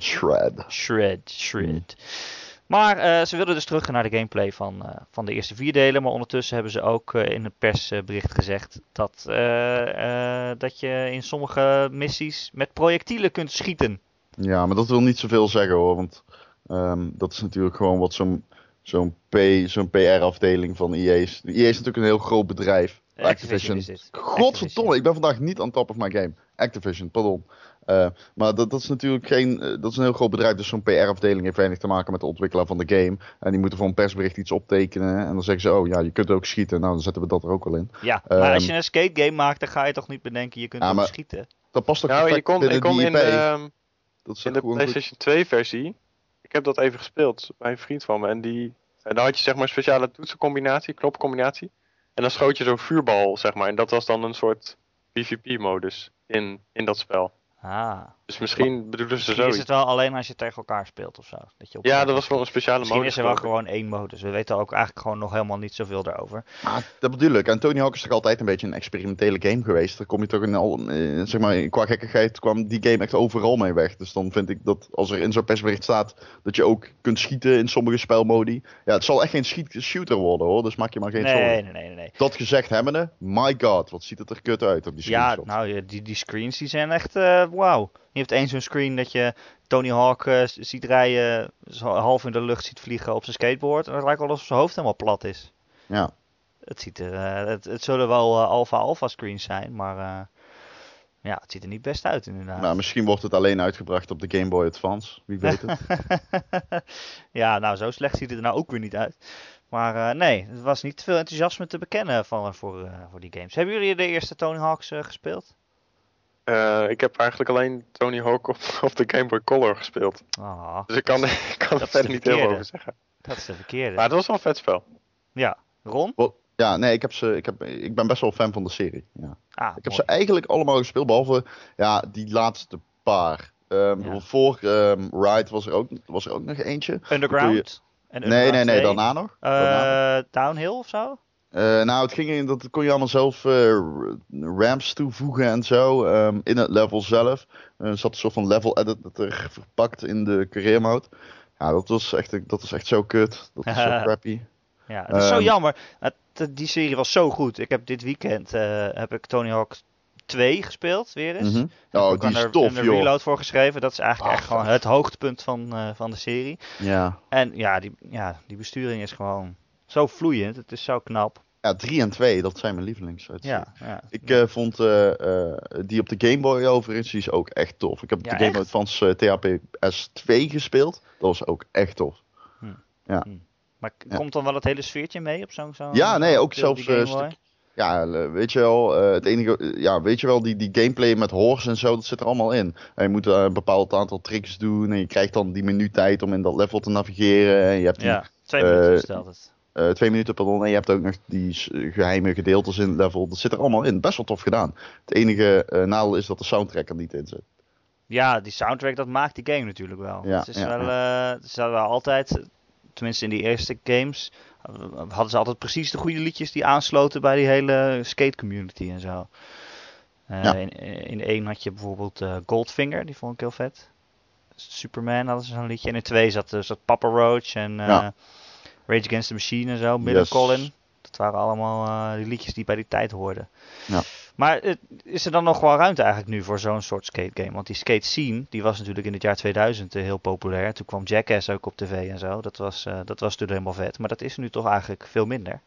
Speaker 2: Shred.
Speaker 1: Maar ze willen dus terug naar de gameplay van de eerste 4 delen. Maar ondertussen hebben ze ook in een persbericht gezegd dat je in sommige missies met projectielen kunt schieten.
Speaker 2: Ja, maar dat wil niet zoveel zeggen hoor. Want dat is natuurlijk gewoon wat zo'n PR-afdeling van EA is. EA is natuurlijk een heel groot bedrijf.
Speaker 1: Activision is dit.
Speaker 2: Godverdomme, ik ben vandaag niet on top of my game. Activision, pardon. Maar dat is natuurlijk dat is een heel groot bedrijf, dus zo'n PR-afdeling heeft weinig te maken met de ontwikkelaar van de game. En die moeten voor een persbericht iets optekenen. En dan zeggen ze, oh ja, je kunt ook schieten. Nou, dan zetten we dat er ook wel in.
Speaker 1: Ja, maar als je een skate game maakt, dan ga je toch niet bedenken, je kunt ook
Speaker 2: maar
Speaker 1: schieten.
Speaker 2: Dat past toch
Speaker 3: Nou, je
Speaker 2: perfect
Speaker 3: kon
Speaker 2: binnen die
Speaker 3: in
Speaker 2: IP? Dat is
Speaker 3: de
Speaker 2: gewoon goed.
Speaker 3: PlayStation 2 versie, ik heb dat even gespeeld bij een vriend van me. En dan had je zeg maar een speciale toetsencombinatie, knoppencombinatie. En dan schoot je zo'n vuurbal, zeg maar. En dat was dan een soort PvP-modus in dat spel.
Speaker 1: Ah.
Speaker 3: Dus misschien bedoelen ze
Speaker 1: Misschien
Speaker 3: zoiets.
Speaker 1: is het wel alleen als je tegen elkaar speelt of zo. Dat je op
Speaker 3: Ja, dat was wel een speciale
Speaker 1: Misschien
Speaker 3: modus.
Speaker 1: is er wel
Speaker 3: geloof ik.
Speaker 1: gewoon 1 modus. We weten ook eigenlijk gewoon nog helemaal niet zoveel daarover.
Speaker 2: Maar dat bedoel ik. En Tony Hawk is toch altijd een beetje een experimentele game geweest. Daar kom je toch zeg maar, qua gekkigheid kwam die game echt overal mee weg. Dus dan vind ik dat als er in zo'n persbericht staat dat je ook kunt schieten in sommige spelmodi. Ja, het zal echt geen shooter worden hoor. Dus maak je maar geen zorgen.
Speaker 1: Nee.
Speaker 2: Dat gezegd hebbende, my god, wat ziet het er kut uit op die
Speaker 1: Ja,
Speaker 2: screenshots.
Speaker 1: nou, die screens die zijn echt wauw. Je hebt één zo'n screen dat je Tony Hawk ziet rijden, zo half in de lucht ziet vliegen op zijn skateboard. En het lijkt wel alsof zijn hoofd helemaal plat is.
Speaker 2: Ja.
Speaker 1: Het ziet er, het zullen wel alpha screens zijn, maar ja, het ziet er niet best uit inderdaad.
Speaker 2: Nou, misschien wordt het alleen uitgebracht op de Game Boy Advance. Wie weet het.
Speaker 1: Ja, nou, zo slecht ziet het er nou ook weer niet uit. Maar nee, er was niet veel enthousiasme te bekennen voor die games. Hebben jullie de eerste Tony Hawk's gespeeld?
Speaker 3: Ik heb eigenlijk alleen Tony Hawk op de Game Boy Color gespeeld.
Speaker 1: Ah,
Speaker 3: Dus ik kan er
Speaker 1: is
Speaker 3: verder
Speaker 1: de
Speaker 3: niet heel veel
Speaker 1: verkeerde.
Speaker 3: over zeggen.
Speaker 1: dat is de verkeerde.
Speaker 3: Maar het was wel een vet spel.
Speaker 1: Ja, Ron?
Speaker 2: Ja, nee, ik ben best wel fan van de serie. Ja.
Speaker 1: Ah,
Speaker 2: Ik heb
Speaker 1: mooi.
Speaker 2: ze eigenlijk allemaal gespeeld, behalve ja, die laatste paar. Voor Ride was er ook nog eentje.
Speaker 1: Underground? En
Speaker 2: Nee,
Speaker 1: Underground 2?
Speaker 2: daarna nog.
Speaker 1: Downhill of zo?
Speaker 2: Nou, het ging in, dat kon je allemaal zelf ramps toevoegen en zo. In het level zelf. Er zat een soort van level editor verpakt in de career mode. Ja, dat was echt zo kut. Dat is zo crappy.
Speaker 1: Ja, het is zo jammer. Die serie was zo goed. Ik heb dit weekend heb ik Tony Hawk 2 gespeeld, weer eens.
Speaker 2: Mhm.
Speaker 1: Heb
Speaker 2: Oh,
Speaker 1: ook
Speaker 2: die
Speaker 1: aan
Speaker 2: is tof,
Speaker 1: een
Speaker 2: joh.
Speaker 1: reload voor geschreven. Dat is eigenlijk echt
Speaker 2: Ah,
Speaker 1: gewoon het hoogtepunt van de serie.
Speaker 2: Ja.
Speaker 1: En die besturing is gewoon zo vloeiend. Het is zo knap.
Speaker 2: Ja, 3 en 2, dat zijn mijn lievelings.
Speaker 1: Ja.
Speaker 2: Ik vond die op de Game Boy overigens, die is ook echt tof. Ik heb op
Speaker 1: Ja,
Speaker 2: de Game Boy
Speaker 1: echt?
Speaker 2: Advance THPS 2 gespeeld. Dat was ook echt tof.
Speaker 1: Maar komt dan wel het hele sfeerje mee op zo'n
Speaker 2: Ja, nee, ook
Speaker 1: deel op die
Speaker 2: zelfs
Speaker 1: Game Boy?
Speaker 2: ja, weet je wel, het enige, ja, weet je wel, die gameplay met horse en zo, dat zit er allemaal in. En je moet een bepaald aantal tricks doen en je krijgt dan die minuuttijd om in dat level te navigeren. En je hebt die,
Speaker 1: Ja, 2 minuten stelt het.
Speaker 2: 2 minuten, pardon. En je hebt ook nog die geheime gedeeltes in het level. Dat zit er allemaal in. Best wel tof gedaan. Het enige nadeel is dat de soundtrack er niet in zit.
Speaker 1: Ja, die soundtrack, dat maakt die game natuurlijk wel.
Speaker 2: Ja,
Speaker 1: Het is
Speaker 2: ja,
Speaker 1: wel, het is wel altijd, tenminste in die eerste games, hadden ze altijd precies de goede liedjes die aansloten bij die hele skate community en zo.
Speaker 2: Ja.
Speaker 1: In 1 had je bijvoorbeeld Goldfinger, die vond ik heel vet. Superman hadden ze zo'n liedje. En in 2 zat Papa Roach en
Speaker 2: Ja.
Speaker 1: Rage Against the Machine en zo. Millencolin.
Speaker 2: Yes.
Speaker 1: Dat waren allemaal die liedjes die bij die tijd hoorden.
Speaker 2: Ja.
Speaker 1: Maar is er dan nog wel ruimte eigenlijk nu voor zo'n soort skate game? Want die skate scene, die was natuurlijk in het jaar 2000 heel populair. Toen kwam Jackass ook op tv en zo. Dat was natuurlijk helemaal vet. Maar dat is nu toch eigenlijk veel minder.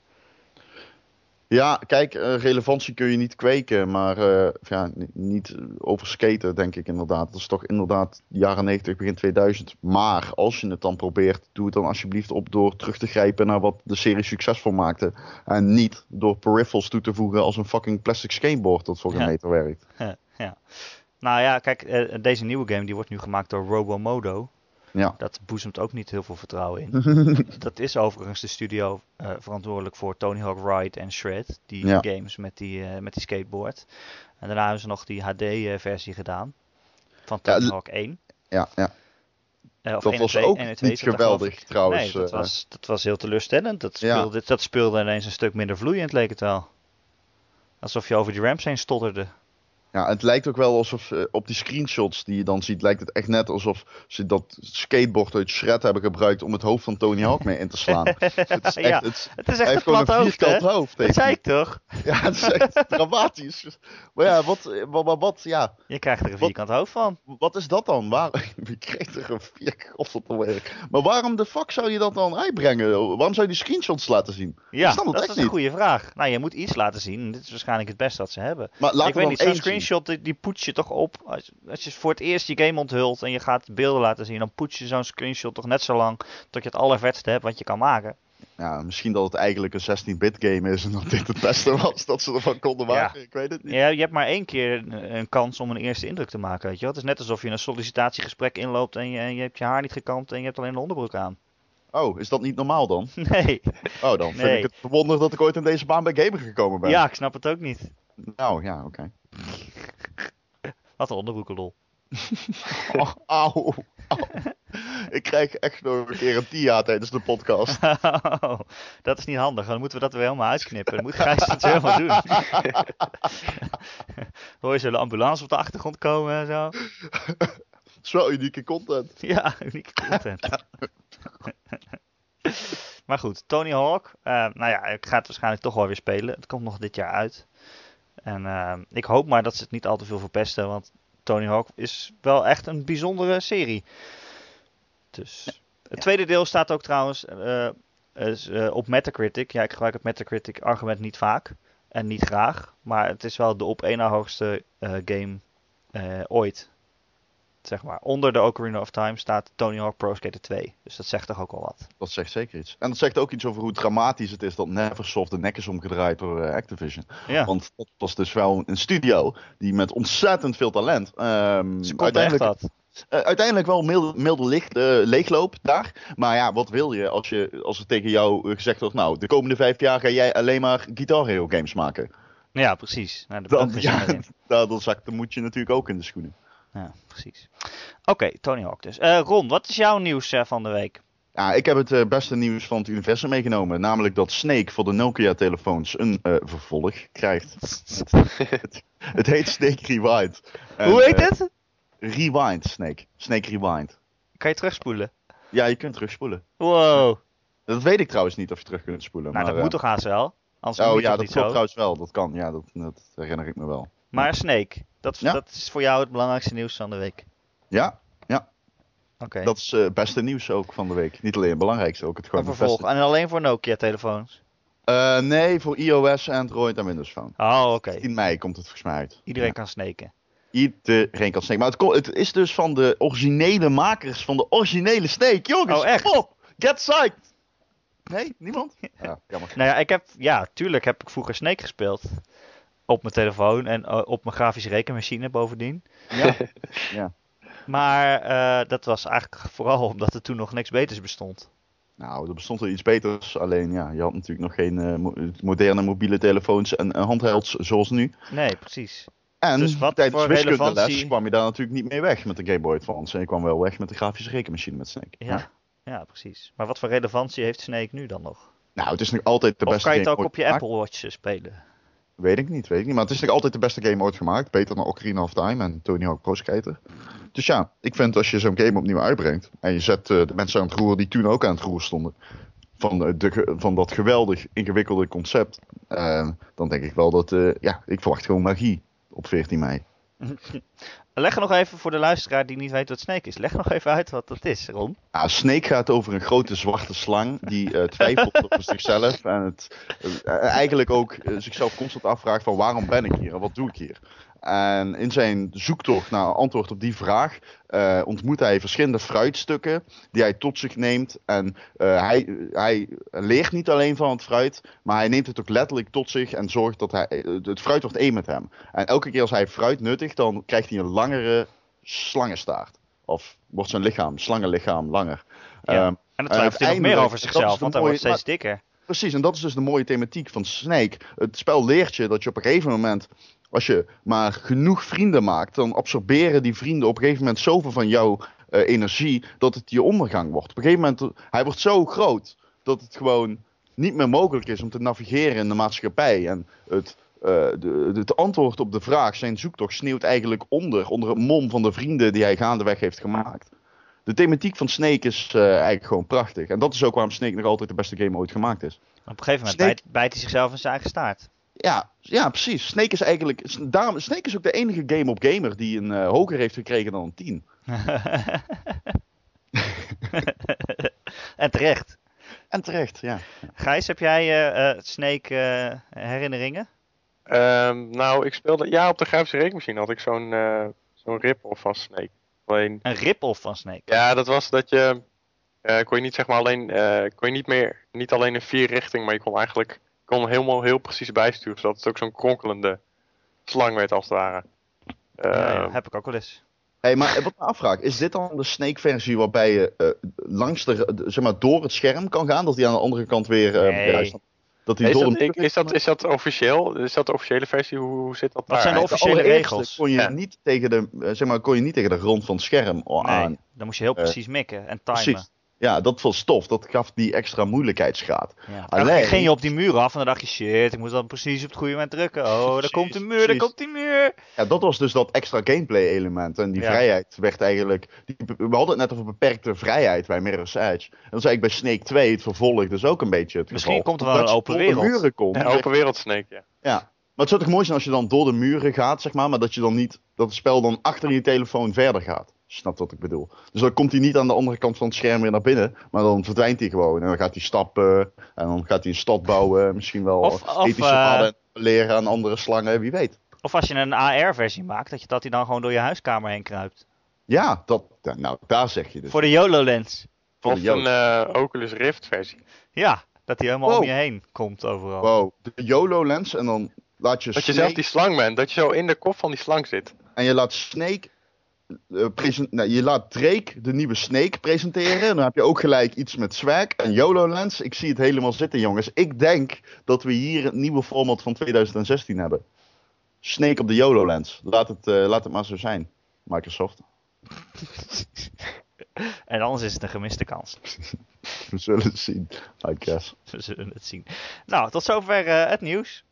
Speaker 2: Ja, kijk, relevantie kun je niet kweken, maar niet over skaten, denk ik inderdaad. Dat is toch inderdaad jaren 90, begin 2000. Maar als je het dan probeert, doe het dan alsjeblieft op door terug te grijpen naar wat de serie succesvol maakte. En niet door peripherals toe te voegen als een fucking plastic skateboard dat voor geen meter werkt.
Speaker 1: Ja. Nou ja, kijk, deze nieuwe game die wordt nu gemaakt door Robomodo.
Speaker 2: Ja.
Speaker 1: Dat boezemt ook niet heel veel vertrouwen in. Dat is overigens de studio verantwoordelijk voor Tony Hawk Ride en Shred. Die games met die skateboard. En daarna hebben ze nog die HD-versie gedaan. Van Tony Hawk 1.
Speaker 2: Ja.
Speaker 1: Dat
Speaker 2: was ook niet geweldig trouwens.
Speaker 1: Nee, dat was heel teleurstellend. Dat speelde ineens een stuk minder vloeiend, leek het wel. Alsof je over die ramps heen stotterde.
Speaker 2: Ja, het lijkt ook wel alsof op die screenshots die je dan ziet, lijkt het echt net alsof ze dat skateboard uit Shred hebben gebruikt om het hoofd van Tony Hawk mee in te slaan. Het is echt
Speaker 1: een plat
Speaker 2: vierkant hoofd.
Speaker 1: Dat zei ik toch?
Speaker 2: Ja, het is echt dramatisch. Maar ja, wat ja.
Speaker 1: Je krijgt er een vierkant hoofd van.
Speaker 2: Wat is dat dan? Wie krijgt er een vierkant op te werk? Maar waarom de fuck zou je dat dan uitbrengen? Waarom zou je die screenshots laten zien?
Speaker 1: Ja, dat is een goede vraag. Nou, je moet iets laten zien. En dit is waarschijnlijk het beste wat ze hebben.
Speaker 2: Maar
Speaker 1: ik weet niet, zo'n screenshot die poets je toch op. Als je voor het eerst je game onthult en je gaat beelden laten zien, dan poets je zo'n screenshot toch net zo lang tot je het allervetste hebt wat je kan maken.
Speaker 2: Ja, misschien dat het eigenlijk een 16-bit game is en dat dit het beste was dat ze ervan konden maken. Ja. Ik weet het niet.
Speaker 1: Ja, je hebt maar 1 keer een kans om een eerste indruk te maken, weet je wel. Het is net alsof je een sollicitatiegesprek inloopt en je hebt je haar niet gekamd en je hebt alleen een onderbroek aan.
Speaker 2: Oh, is dat niet normaal dan?
Speaker 1: Nee.
Speaker 2: Oh, dan vind ik het wonder dat ik ooit in deze baan bij Gamer gekomen ben.
Speaker 1: Ja, ik snap het ook niet.
Speaker 2: Nou, ja, oké.
Speaker 1: Wat een onderbroekenlol.
Speaker 2: Auw. Ik krijg echt nog een keer een TIA tijdens de podcast.
Speaker 1: Oh, dat is niet handig. Dan moeten we dat weer helemaal uitknippen. Dan moet Gijs het weer helemaal doen. Hoor je zo'n ambulance op de achtergrond komen en zo.
Speaker 2: Het is wel unieke content.
Speaker 1: Ja, unieke content. Maar goed, Tony Hawk. Nou ja, ik ga het waarschijnlijk toch wel weer spelen. Het komt nog dit jaar uit. En ik hoop maar dat ze het niet al te veel verpesten. Want Tony Hawk is wel echt een bijzondere serie. Dus. Het tweede deel staat ook trouwens op Metacritic. Ja, ik gebruik het Metacritic argument niet vaak. En niet graag. Maar het is wel de op één na hoogste game ooit. Zeg maar. Onder de Ocarina of Time staat Tony Hawk Pro Skater 2. Dus dat zegt toch ook al wat.
Speaker 2: Dat zegt zeker iets. En dat zegt ook iets over hoe dramatisch het is dat Neversoft de nek is omgedraaid door Activision. Ja. Want dat was dus wel een studio die met ontzettend veel talent uiteindelijk wel milde leegloop daar. Maar ja, wat wil je als er tegen jou gezegd wordt, nou, de komende 5 jaar ga jij alleen maar Guitar Hero games maken.
Speaker 1: Ja, precies. Nou,
Speaker 2: dan zakt de moed je natuurlijk ook in de schoenen.
Speaker 1: Ja, precies. Oké, Tony Hawk dus. Ron, wat is jouw nieuws van de week?
Speaker 2: Ja, ik heb het beste nieuws van het universum meegenomen. Namelijk dat Snake voor de Nokia-telefoons een vervolg krijgt. Het heet Snake Rewind.
Speaker 1: Hoe heet het?
Speaker 2: Rewind, Snake. Snake Rewind.
Speaker 1: Kan je terugspoelen?
Speaker 2: Ja, je kunt terugspoelen.
Speaker 1: Wow.
Speaker 2: Dat weet ik trouwens niet of je terug kunt spoelen.
Speaker 1: Nou,
Speaker 2: maar,
Speaker 1: dat moet toch haast wel?
Speaker 2: Ja, dat klopt trouwens wel. Dat kan, ja, dat herinner ik me wel.
Speaker 1: Maar Snake, dat is voor jou het belangrijkste nieuws van de week?
Speaker 2: Ja.
Speaker 1: Okay.
Speaker 2: Dat is het beste nieuws ook van de week. Niet alleen het belangrijkste, ook het gewoon
Speaker 1: een vervolg. En alleen voor Nokia-telefoons?
Speaker 2: Nee, voor iOS, Android en Windows Phone.
Speaker 1: Oh, oké.
Speaker 2: In mei komt het volgens mij uit.
Speaker 1: Iedereen kan snaken.
Speaker 2: Iedereen kan snaken. Maar het is dus van de originele makers van de originele Snake. Jongens,
Speaker 1: oh, echt?
Speaker 2: Get psyched! Nee, niemand? Ja, jammer.
Speaker 1: Nou ja, tuurlijk heb ik vroeger Snake gespeeld. Op mijn telefoon en op mijn grafische rekenmachine bovendien.
Speaker 2: Ja.
Speaker 1: Maar dat was eigenlijk vooral omdat er toen nog niks beters bestond.
Speaker 2: Nou, er bestond wel iets beters. Alleen ja, je had natuurlijk nog geen moderne mobiele telefoons en handhelds zoals nu.
Speaker 1: Nee, precies.
Speaker 2: En
Speaker 1: dus wat
Speaker 2: tijdens
Speaker 1: voor
Speaker 2: wiskundeles kwam je daar natuurlijk niet mee weg met de Game Boy Advance. En je kwam wel weg met de grafische rekenmachine met Snake.
Speaker 1: Ja, precies. Maar wat voor relevantie heeft Snake nu dan nog?
Speaker 2: Nou, het is nog altijd de beste game.
Speaker 1: Of kan je het ook op je Apple Watch spelen?
Speaker 2: Weet ik niet. Maar het is natuurlijk altijd de beste game ooit gemaakt. Beter dan Ocarina of Time en Tony Hawk Pro Skater. Dus ja, ik vind als je zo'n game opnieuw uitbrengt. En je zet de mensen aan het roer die toen ook aan het roer stonden. Van dat geweldig ingewikkelde concept. Dan denk ik wel dat... ik verwacht gewoon magie op 14 mei.
Speaker 1: Leg nog even voor de luisteraar die niet weet wat Snake is. Leg nog even uit wat dat is, Ron.
Speaker 2: Ja, Snake gaat over een grote zwarte slang die twijfelt over zichzelf. En eigenlijk ook zichzelf constant afvraagt van waarom ben ik hier en wat doe ik hier. En in zijn zoektocht naar antwoord op die vraag ontmoet hij verschillende fruitstukken die hij tot zich neemt. En hij leert niet alleen van het fruit, maar hij neemt het ook letterlijk tot zich en zorgt dat het fruit wordt één met hem. En elke keer als hij fruit nuttigt, dan krijgt hij een langere slangenstaart. Of wordt zijn slangenlichaam langer.
Speaker 1: Ja. En dan twijfelt hij nog meer over zichzelf, want hij wordt steeds dikker.
Speaker 2: Precies, en dat is dus de mooie thematiek van Snake. Het spel leert je dat je op een gegeven moment, als je maar genoeg vrienden maakt, dan absorberen die vrienden op een gegeven moment zoveel van jouw energie, dat het je ondergang wordt. Op een gegeven moment, hij wordt zo groot, dat het gewoon niet meer mogelijk is om te navigeren in de maatschappij. En het antwoord op de vraag, zijn zoektocht, sneeuwt eigenlijk onder het mom van de vrienden die hij gaandeweg heeft gemaakt. De thematiek van Snake is eigenlijk gewoon prachtig. En dat is ook waarom Snake nog altijd de beste game ooit gemaakt is.
Speaker 1: Op een gegeven moment bijt hij zichzelf in zijn eigen staart.
Speaker 2: Ja, precies. Snake is ook de enige game op Gamer die een hoger heeft gekregen dan een 10.
Speaker 1: En terecht.
Speaker 2: En terecht, ja.
Speaker 1: Gijs, heb jij Snake herinneringen?
Speaker 3: Nou, ik speelde... op de grafische rekenmachine had ik zo'n rip-off van Snake. Alleen...
Speaker 1: Een rip-off van Snake?
Speaker 3: Ja, dat was dat je... kon je niet zeg maar alleen... kon je niet alleen in 4 richting, maar je kon eigenlijk... helemaal heel precies bijsturen, zodat het ook zo'n kronkelende slang werd als het ware.
Speaker 1: Ja, heb ik ook wel eens.
Speaker 2: Hey, maar wat me afvraag, is dit dan de Snake-versie waarbij je door het scherm kan gaan, dat hij aan de andere kant weer...
Speaker 1: Nee.
Speaker 3: Is dat officieel? Is dat de officiële versie? Hoe zit dat daar?
Speaker 1: Wat zijn de officiële regels?
Speaker 2: Kon je niet tegen de rand van het scherm aan.
Speaker 1: Nee, dan moest je heel precies mikken en timen.
Speaker 2: Precies. Ja, dat was tof. Dat gaf die extra moeilijkheidsgraad.
Speaker 1: Ja. Alleen ging je op die muur af en dan dacht je, shit, ik moet dan precies op het goede moment drukken. Oh, daar komt de muur, daar komt die muur.
Speaker 2: Ja, dat was dus dat extra gameplay element. En die vrijheid werd eigenlijk... We hadden het net over beperkte vrijheid bij Mirror's Edge. En dat is eigenlijk bij Snake 2, het vervolg, dus ook een beetje het
Speaker 1: Misschien
Speaker 2: geval.
Speaker 1: komt er wel een open wereld.
Speaker 2: Muren komt,
Speaker 3: een open wereld Snake, ja.
Speaker 2: Ja. Maar het zou toch mooi zijn als je dan door de muren gaat, zeg maar dat je dan niet... Dat het spel dan achter je telefoon verder gaat. Snap wat ik bedoel. Dus dan komt hij niet aan de andere kant van het scherm weer naar binnen. Maar dan verdwijnt hij gewoon. En dan gaat hij stappen. En dan gaat hij een stad bouwen. Misschien wel ethische paden leren aan andere slangen. Wie weet.
Speaker 1: Of als je een AR-versie maakt. Dat hij dan gewoon door je huiskamer heen kruipt.
Speaker 2: Ja, daar zeg je dus.
Speaker 1: Voor de YOLO-lens.
Speaker 3: Of een Oculus Rift versie.
Speaker 1: Ja, dat hij helemaal om je heen komt overal.
Speaker 2: Wow, de YOLO-lens en dan laat je
Speaker 3: dat je zelf die slang bent. Dat je zo in de kop van die slang zit.
Speaker 2: En je laat Snake... je laat Drake de nieuwe Snake presenteren. Dan heb je ook gelijk iets met swag en YOLO-lens. Ik zie het helemaal zitten, jongens. Ik denk dat we hier het nieuwe format van 2016 hebben. Snake op de YOLO-lens. Laat het maar zo zijn, Microsoft.
Speaker 1: En anders is het een gemiste kans.
Speaker 2: We zullen het zien, I guess.
Speaker 1: We zullen het zien. Nou, tot zover het nieuws.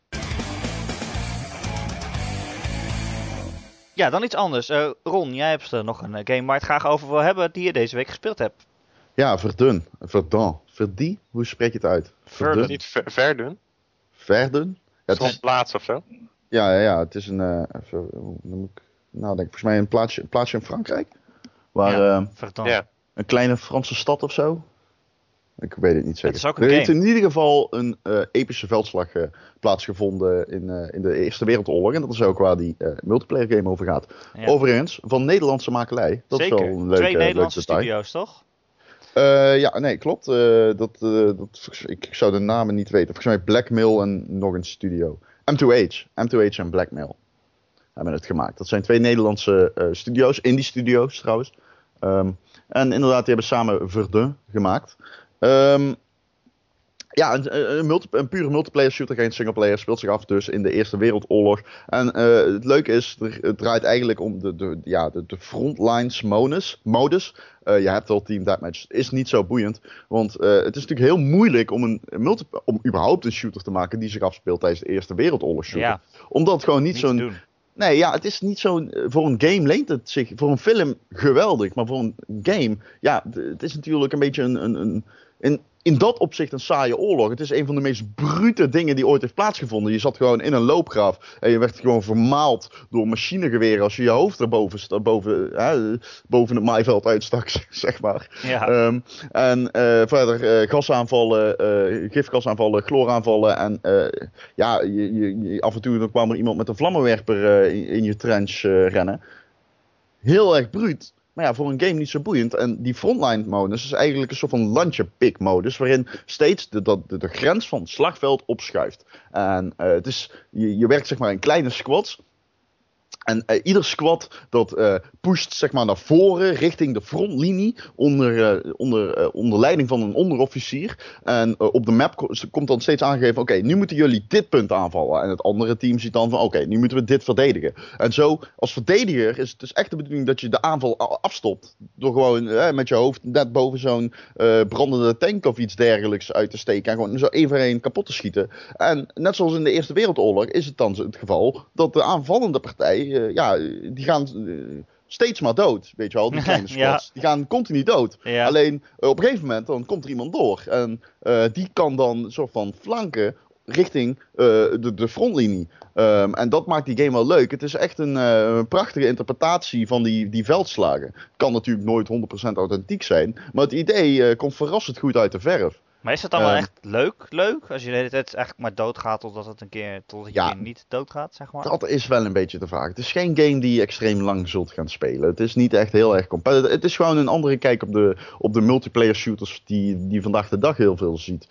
Speaker 1: Ja, dan iets anders. Ron, jij hebt nog een game waar je het graag over wil hebben die je deze week gespeeld hebt.
Speaker 2: Ja, Verdun. Hoe spreek je het uit?
Speaker 3: Verdun. Niet Verdun?
Speaker 2: Verdun? Ja,
Speaker 3: het is een plaats of zo?
Speaker 2: Ja, het is een... volgens mij een plaatsje in Frankrijk. Waar een kleine Franse stad of zo. Ik weet het niet zeker.
Speaker 1: Het is ook een
Speaker 2: er
Speaker 1: game.
Speaker 2: heeft in ieder geval een epische veldslag plaatsgevonden in de Eerste Wereldoorlog. En dat is ook waar die multiplayer game over gaat. Ja. Overigens, van Nederlandse makelij. Dat
Speaker 1: zeker.
Speaker 2: Is wel een leuke,
Speaker 1: 2 Nederlandse
Speaker 2: detail.
Speaker 1: studio's, toch?
Speaker 2: Klopt. Ik zou de namen niet weten. Volgens mij Blackmail en nog een studio. M2H en Blackmail hebben het gemaakt. Dat zijn 2 Nederlandse studio's. Indie studio's trouwens. En inderdaad, die hebben samen Verdun gemaakt. Ja, een pure multiplayer shooter, geen singleplayer, speelt zich af dus in de Eerste Wereldoorlog. En het leuke is, het draait eigenlijk om de frontlines modus. Je hebt al Team Deathmatch, is niet zo boeiend. Want het is natuurlijk heel moeilijk om om überhaupt een shooter te maken die zich afspeelt tijdens de Eerste Wereldoorlog shooter.
Speaker 1: Ja.
Speaker 2: Omdat het gewoon niet zo'n...
Speaker 1: doen.
Speaker 2: Nee, ja, het is niet zo'n... Voor een game leent het zich... Voor een film geweldig, maar voor een game... Ja, het is natuurlijk een beetje in dat opzicht een saaie oorlog. Het is een van de meest brute dingen die ooit heeft plaatsgevonden. Je zat gewoon in een loopgraaf en je werd gewoon vermaald door machinegeweren als je je hoofd erboven boven het maaiveld uitstak, zeg maar.
Speaker 1: Ja.
Speaker 2: Verder gasaanvallen, gifgasaanvallen, chlooraanvallen en af en toe kwam er iemand met een vlammenwerper in je trench rennen. Heel erg bruut. Maar ja, voor een game niet zo boeiend. En die frontline modus is eigenlijk een soort van launcher-pick modus. Waarin steeds de grens van het slagveld opschuift. En je werkt zeg maar in kleine squads. En ieder squad dat pusht zeg maar naar voren richting de frontlinie onder leiding van een onderofficier. En op de map komt dan steeds aangegeven, oké, nu moeten jullie dit punt aanvallen. En het andere team ziet dan van, oké, nu moeten we dit verdedigen. En zo, als verdediger is het dus echt de bedoeling dat je de aanval afstopt. Door gewoon met je hoofd net boven zo'n brandende tank of iets dergelijks uit te steken. En gewoon zo één voor één kapot te schieten. En net zoals in de Eerste Wereldoorlog is het dan het geval dat de aanvallende partij... die gaan steeds maar dood, weet je wel, die kleine squads. Ja. Die gaan continu dood. Ja. Alleen op een gegeven moment dan komt er iemand door. En die kan dan een soort van flanken richting de frontlinie. En dat maakt die game wel leuk. Het is echt een prachtige interpretatie van die veldslagen. Kan natuurlijk nooit 100% authentiek zijn. Maar het idee komt verrassend goed uit de verf.
Speaker 1: Maar is het dan wel echt leuk? Als je de hele tijd eigenlijk maar doodgaat totdat je een keer niet doodgaat, zeg maar?
Speaker 2: Dat is wel een beetje de vraag. Het is geen game die je extreem lang zult gaan spelen. Het is niet echt heel erg competitive. Het is gewoon een andere kijk op de multiplayer shooters die vandaag de dag heel veel ziet.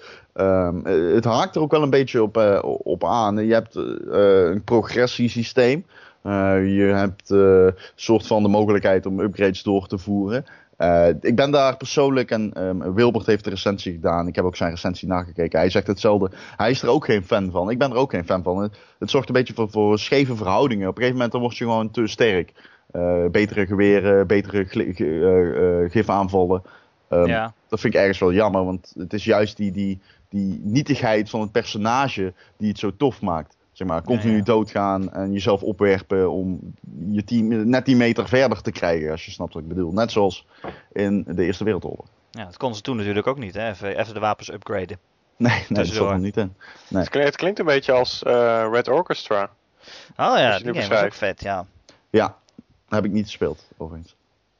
Speaker 2: Het haakt er ook wel een beetje op aan. Je hebt een progressiesysteem. Je hebt een soort van de mogelijkheid om upgrades door te voeren. Ik ben daar persoonlijk, en Wilbert heeft de recensie gedaan. Ik heb ook zijn recensie nagekeken. Hij zegt hetzelfde. Hij is er ook geen fan van. Ik ben er ook geen fan van. Het zorgt een beetje voor scheve verhoudingen. Op een gegeven moment dan word je gewoon te sterk. Betere geweren, betere gifaanvallen. Dat vind ik ergens wel jammer. Want het is juist die nietigheid van het personage die het zo tof maakt. Zeg maar, continu doodgaan en jezelf opwerpen om je team net die meter verder te krijgen, als je snapt wat ik bedoel. Net zoals in de Eerste Wereldoorlog.
Speaker 1: Ja, dat konden ze toen natuurlijk ook niet, hè? Even de wapens upgraden.
Speaker 2: Nee, dat zat er niet in. Nee.
Speaker 3: Het klinkt een beetje als Red Orchestra.
Speaker 1: Oh ja, die game was ook vet, ja.
Speaker 2: Ja, heb ik niet gespeeld, overigens.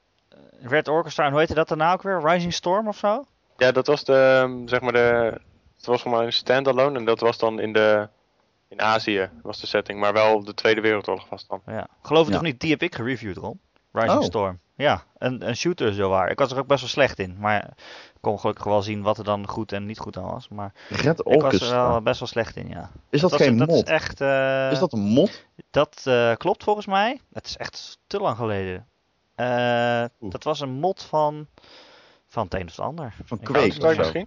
Speaker 1: Red Orchestra, en hoe heette dat daarna ook weer? Rising Storm of zo?
Speaker 3: Ja, dat was het was gewoon een standalone en dat was dan in Azië was de setting, maar wel de Tweede Wereldoorlog was dan.
Speaker 1: Ja. Geloof het of niet, die heb ik gereviewd, Ron. Rising Storm. Ja, een shooter zo waar. Ik was er ook best wel slecht in, maar ik kon gelukkig wel zien wat er dan goed en niet goed aan was. Maar
Speaker 2: Red
Speaker 1: ik was er wel best wel slecht in, ja.
Speaker 2: Is dat geen mod?
Speaker 1: Dat is echt...
Speaker 2: is dat een mod?
Speaker 1: Dat klopt volgens mij. Het is echt te lang geleden. Dat was een mod van het een of het ander.
Speaker 2: Van Quake
Speaker 3: misschien?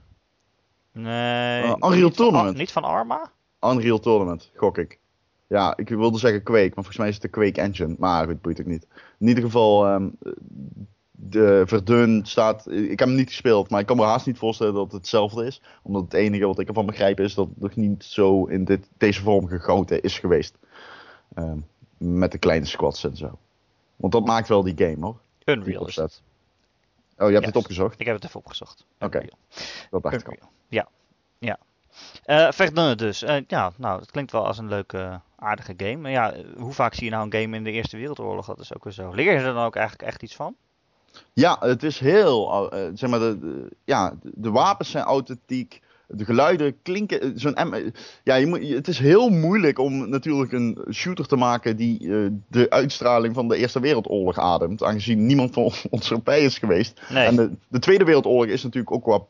Speaker 1: Nee.
Speaker 2: Unreal Tournament.
Speaker 1: Niet van Arma?
Speaker 2: Unreal Tournament, gok ik. Ja, ik wilde zeggen Quake, maar volgens mij is het de Quake Engine. Maar goed, boeit ook niet. In ieder geval, de Verdun staat... Ik heb hem niet gespeeld, maar ik kan me haast niet voorstellen dat het hetzelfde is. Omdat het enige wat ik ervan begrijp is dat het nog niet zo in deze vorm gegoten is geweest. Met de kleine squads en zo. Want dat maakt wel die game, hoor.
Speaker 1: Unreal is dat.
Speaker 2: Oh, je hebt het opgezocht?
Speaker 1: Ik heb het even opgezocht.
Speaker 2: Oké, dat dacht ik al.
Speaker 1: Ja. Verdun dus. Het klinkt wel als een leuke, aardige game. Maar ja, hoe vaak zie je nou een game in de Eerste Wereldoorlog? Dat is ook weer zo. Leer je er dan ook eigenlijk echt iets van?
Speaker 2: Ja, het is heel... zeg maar, de wapens zijn authentiek. De geluiden klinken... het is heel moeilijk om natuurlijk een shooter te maken die de uitstraling van de Eerste Wereldoorlog ademt. Aangezien niemand van ons erbij is geweest. Nee. En de Tweede Wereldoorlog is natuurlijk ook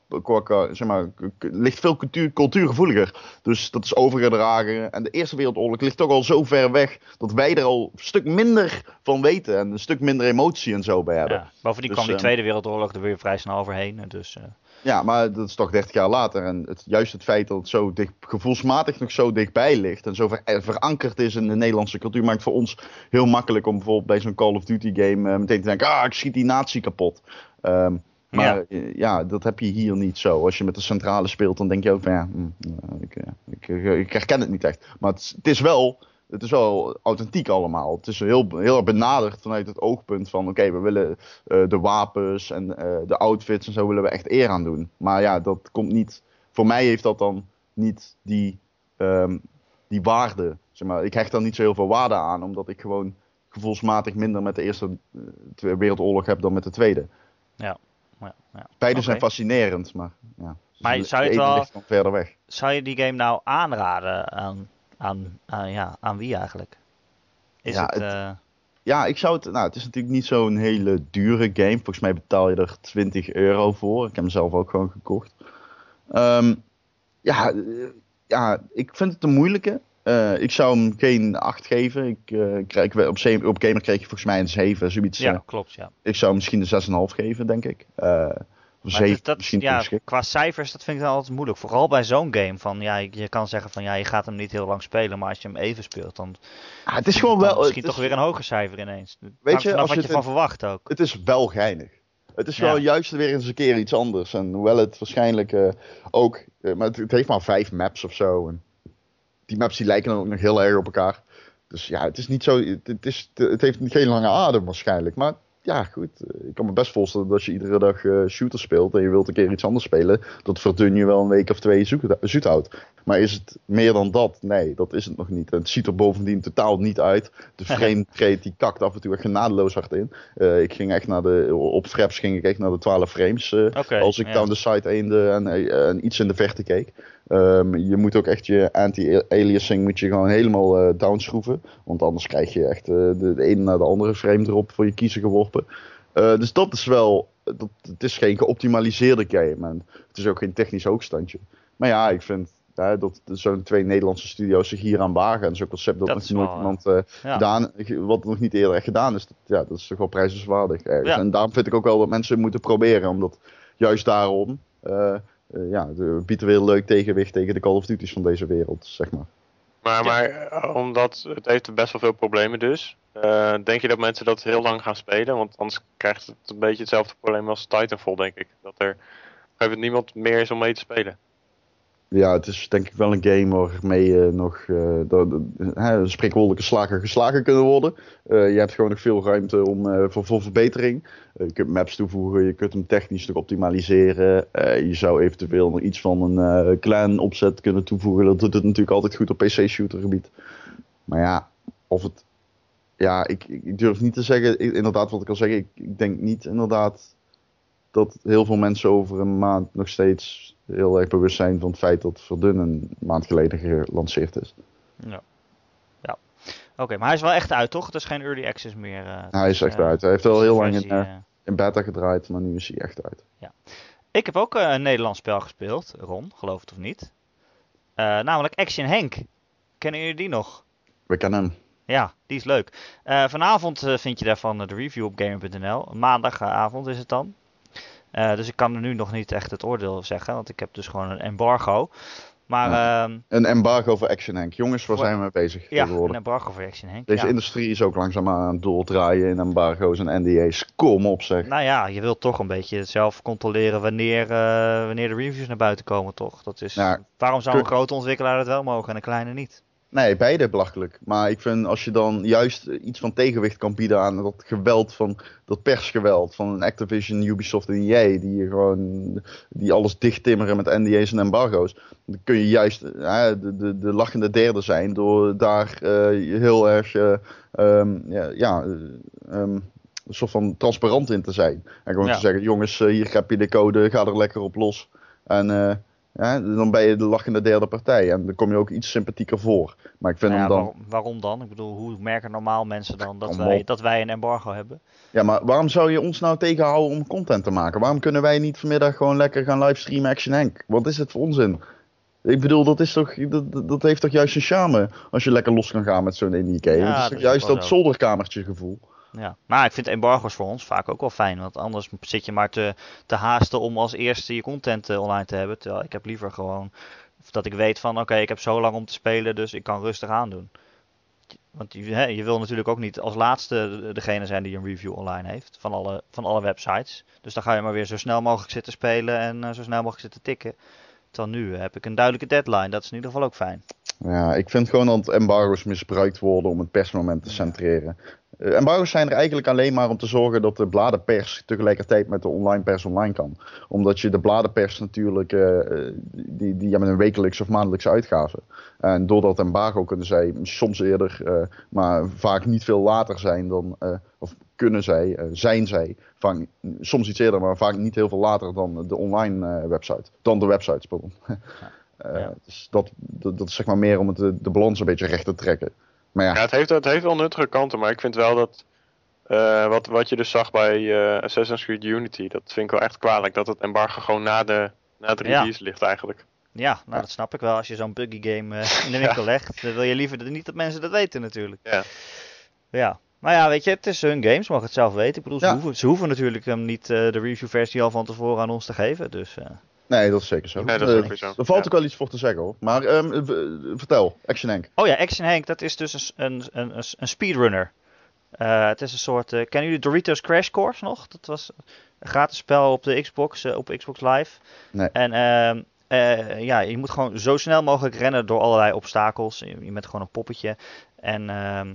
Speaker 2: ligt veel cultuurgevoeliger. Dus dat is overgedragen. En de Eerste Wereldoorlog ligt toch al zo ver weg dat wij er al een stuk minder van weten. En een stuk minder emotie en zo bij hebben.
Speaker 1: Ja, bovendien kwam die Tweede Wereldoorlog er weer vrij snel overheen. Dus...
Speaker 2: Ja, maar dat is toch 30 jaar later. En juist het feit dat het zo gevoelsmatig nog zo dichtbij ligt. En zo verankerd is in de Nederlandse cultuur. Maakt voor ons heel makkelijk om bijvoorbeeld bij zo'n Call of Duty game meteen te denken. Ik schiet die nazi kapot. Maar dat heb je hier niet zo. Als je met de centrale speelt, dan denk je ook van ik herken het niet echt. Maar het is wel authentiek allemaal. Het is heel erg benaderd vanuit het oogpunt van oké, we willen de wapens en de outfits en zo willen we echt eer aan doen. Maar ja, dat komt niet. Voor mij heeft dat dan niet die waarde. Zeg maar. Ik hecht daar niet zo heel veel waarde aan, omdat ik gewoon gevoelsmatig minder met de Eerste Wereldoorlog heb dan met de Tweede.
Speaker 1: Ja.
Speaker 2: Beide zijn fascinerend, maar ja.
Speaker 1: Maar zou je het wel
Speaker 2: ligt dan verder weg.
Speaker 1: Zou je die game nou aanraden aan wie eigenlijk?
Speaker 2: Ik zou het. Nou, het is natuurlijk niet zo'n hele dure game. Volgens mij betaal je er €20 voor. Ik heb hem zelf ook gewoon gekocht. Ik vind het een moeilijke. Ik zou hem geen 8 geven. Op Gamer kreeg je volgens mij een 7. Zoiets.
Speaker 1: Ja, klopt. Ja.
Speaker 2: Ik zou hem misschien een 6,5 geven, denk ik.
Speaker 1: Qua cijfers, dat vind ik dan altijd moeilijk. Vooral bij zo'n game. Je kan zeggen van je gaat hem niet heel lang spelen. Maar als je hem even speelt, dan
Speaker 2: het is gewoon wel
Speaker 1: misschien toch weer een hoger cijfer ineens.
Speaker 2: Weet je,
Speaker 1: wat je van verwacht ook.
Speaker 2: Het is wel geinig. Het is wel juist weer eens een keer iets anders. En hoewel het waarschijnlijk ook. Maar het heeft maar 5 maps of zo. En die maps die lijken dan ook nog heel erg op elkaar. Dus ja, het is niet zo. Het heeft geen lange adem waarschijnlijk. Maar ja, goed. Ik kan me best voorstellen dat als je iedere dag shooter speelt en je wilt een keer iets anders spelen, dat verdun je wel een week of 2 zoet houdt. Maar is het meer dan dat? Nee, dat is het nog niet. En het ziet er bovendien totaal niet uit. De frame rate die kakt af en toe echt genadeloos hard in. Ik ging echt op Fraps ging ik echt naar de 12 frames als ik down the side eende en iets in de verte keek. Je moet ook echt je anti-aliasing moet je gewoon helemaal downschroeven. Want anders krijg je echt de ene naar de andere frame erop voor je kiezen geworpen. Dus dat is wel. Het is geen geoptimaliseerde game. En het is ook geen technisch hoogstandje. Maar ja, ik vind dat zo'n 2 Nederlandse studio's zich hier aan wagen. En zo'n concept dat nog nooit iemand gedaan, wat nog niet eerder echt gedaan is. Dat is toch wel prijzenswaardig ergens. Ja. En daarom vind ik ook wel dat mensen moeten proberen. Omdat juist daarom biedt weer een leuk tegenwicht tegen de Call of Duty's van deze wereld, zeg maar.
Speaker 3: Maar omdat het heeft best wel veel problemen dus. Denk je dat mensen dat heel lang gaan spelen? Want anders krijgt het een beetje hetzelfde probleem als Titanfall, denk ik. Dat er niemand meer is om mee te spelen.
Speaker 2: Ja, het is denk ik wel een game waarmee nog spreekwoordelijke slagen geslagen kunnen worden. Je hebt gewoon nog veel ruimte voor verbetering. Je kunt maps toevoegen, je kunt hem technisch nog optimaliseren. Je zou eventueel nog iets van een clan opzet kunnen toevoegen. Dat doet het natuurlijk altijd goed op PC-shooter gebied. Maar ja, ik durf niet te zeggen, inderdaad wat ik al zeg, ik denk niet inderdaad dat heel veel mensen over een maand nog steeds heel erg bewust zijn van het feit dat Verdun een maand geleden gelanceerd is.
Speaker 1: Ja. Oké, maar hij is wel echt uit, toch? Het is geen early access meer.
Speaker 2: Hij is echt uit. Hij heeft wel heel lang in beta gedraaid, maar nu is hij echt uit.
Speaker 1: Ja. Ik heb ook een Nederlands spel gespeeld, Ron, geloof het of niet. Namelijk Action Henk. Kennen jullie die nog?
Speaker 2: We kennen hem.
Speaker 1: Ja, die is leuk. Vanavond vind je daarvan de review op gamer.nl. Maandagavond is het dan. Dus ik kan er nu nog niet echt het oordeel zeggen, want ik heb dus gewoon een embargo. Maar,
Speaker 2: een embargo voor Action Henk. Jongens, waar zijn we mee bezig?
Speaker 1: Ja, een embargo voor Action Henk.
Speaker 2: Deze industrie is ook langzaam aan het doordraaien in embargo's en NDA's. Kom op zeg.
Speaker 1: Nou ja, je wilt toch een beetje zelf controleren wanneer de reviews naar buiten komen, toch? Dat is, waarom zou een grote ontwikkelaar het wel mogen en een kleine niet?
Speaker 2: Nee, beide belachelijk. Maar ik vind als je dan juist iets van tegenwicht kan bieden aan dat geweld van dat persgeweld van Activision, Ubisoft en EA, die alles dichttimmeren met NDA's en embargo's, dan kun je juist de lachende derde zijn door daar heel erg een soort van transparant in te zijn. En gewoon te zeggen, jongens, hier heb je de code, ga er lekker op los. En dan ben je de lachende derde partij. En dan kom je ook iets sympathieker voor. Maar ik vind
Speaker 1: waarom dan? Ik bedoel, hoe merken normaal mensen dan dat wij een embargo hebben?
Speaker 2: Ja, maar waarom zou je ons nou tegenhouden om content te maken? Waarom kunnen wij niet vanmiddag gewoon lekker gaan livestreamen Action Henk? Wat is het voor onzin? Ik bedoel, dat heeft toch juist een charme als je lekker los kan gaan met zo'n indie game. Het is toch juist dat zolderkamertje gevoel.
Speaker 1: Ja, maar ik vind embargo's voor ons vaak ook wel fijn. Want anders zit je maar te haasten om als eerste je content online te hebben. Terwijl ik heb liever gewoon dat ik weet van oké, ik heb zo lang om te spelen, dus ik kan rustig aandoen. Want je wil natuurlijk ook niet als laatste degene zijn die een review online heeft van alle websites. Dus dan ga je maar weer zo snel mogelijk zitten spelen en zo snel mogelijk zitten tikken. Terwijl nu heb ik een duidelijke deadline. Dat is in ieder geval ook fijn.
Speaker 2: Ja, ik vind gewoon dat embargo's misbruikt worden om het persmoment te centreren. Embargo's zijn er eigenlijk alleen maar om te zorgen dat de bladenpers tegelijkertijd met de online pers online kan. Omdat je de bladenpers natuurlijk, die hebben een wekelijkse of maandelijkse uitgave. En door dat embargo kunnen zij soms eerder, maar vaak niet veel later zijn dan, of kunnen zij, zijn zij, vaak, soms iets eerder, maar vaak niet heel veel later dan de online website. Dan de websites, pardon. Dus dat is zeg maar meer om de balans een beetje recht te trekken. Maar ja.
Speaker 3: Ja, het heeft wel nuttige kanten, maar ik vind wel dat wat je dus zag bij Assassin's Creed Unity, dat vind ik wel echt kwalijk. Dat het embargo gewoon na de release ligt eigenlijk.
Speaker 1: Ja, nou dat snap ik wel. Als je zo'n buggy game in de winkel legt, dan wil je liever niet dat mensen dat weten natuurlijk. Ja. Maar ja, weet je, het is hun game, ze mogen het zelf weten. Ik bedoel, ze hoeven natuurlijk hem niet de reviewversie al van tevoren aan ons te geven, dus...
Speaker 2: Nee, dat is zeker zo.
Speaker 3: Nee, dat is ook zo.
Speaker 2: Er valt ook wel iets voor te zeggen hoor. Maar vertel, Action Henk.
Speaker 1: Oh ja, Action Henk, dat is dus een speedrunner. Het is een soort... kennen jullie Doritos Crash Course nog? Dat was een gratis spel op de Xbox, op Xbox Live.
Speaker 2: Nee.
Speaker 1: En je moet gewoon zo snel mogelijk rennen door allerlei obstakels. Je bent gewoon een poppetje. En...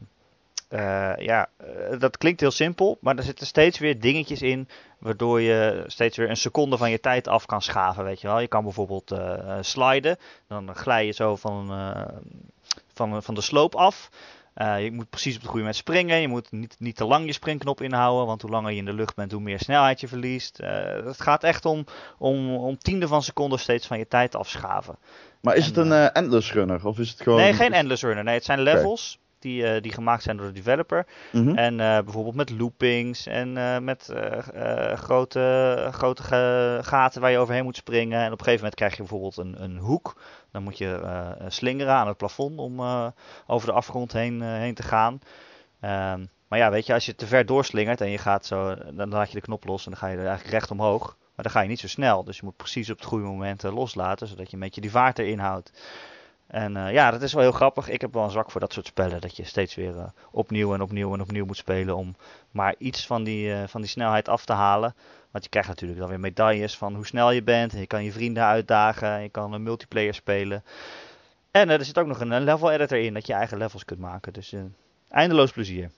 Speaker 1: dat klinkt heel simpel, maar er zitten steeds weer dingetjes in waardoor je steeds weer een seconde van je tijd af kan schaven, weet je wel. Je kan bijvoorbeeld sliden, dan glij je zo van de sloop af. Je moet precies op het goede moment springen, je moet niet te lang je springknop inhouden, want hoe langer je in de lucht bent, hoe meer snelheid je verliest. Het gaat echt om tiende van seconden steeds van je tijd afschaven.
Speaker 2: Maar is het een endless runner, of is het gewoon...
Speaker 1: Nee, geen endless runner. Nee, het zijn levels... Okay. Die gemaakt zijn door de developer. Mm-hmm. En bijvoorbeeld met loopings en met grote gaten waar je overheen moet springen. En op een gegeven moment krijg je bijvoorbeeld een hoek. Dan moet je slingeren aan het plafond om over de afgrond heen te gaan. Maar ja, weet je, als je te ver doorslingert en je gaat zo, dan laat je de knop los en dan ga je er eigenlijk recht omhoog. Maar dan ga je niet zo snel. Dus je moet precies op het goede moment loslaten, zodat je een beetje die vaart erin houdt. En dat is wel heel grappig. Ik heb wel een zwak voor dat soort spellen. Dat je steeds weer opnieuw moet spelen om maar iets van die snelheid af te halen. Want je krijgt natuurlijk dan weer medailles van hoe snel je bent. En je kan je vrienden uitdagen. Je kan een multiplayer spelen. En er zit ook nog een level editor in dat je eigen levels kunt maken. Dus eindeloos plezier.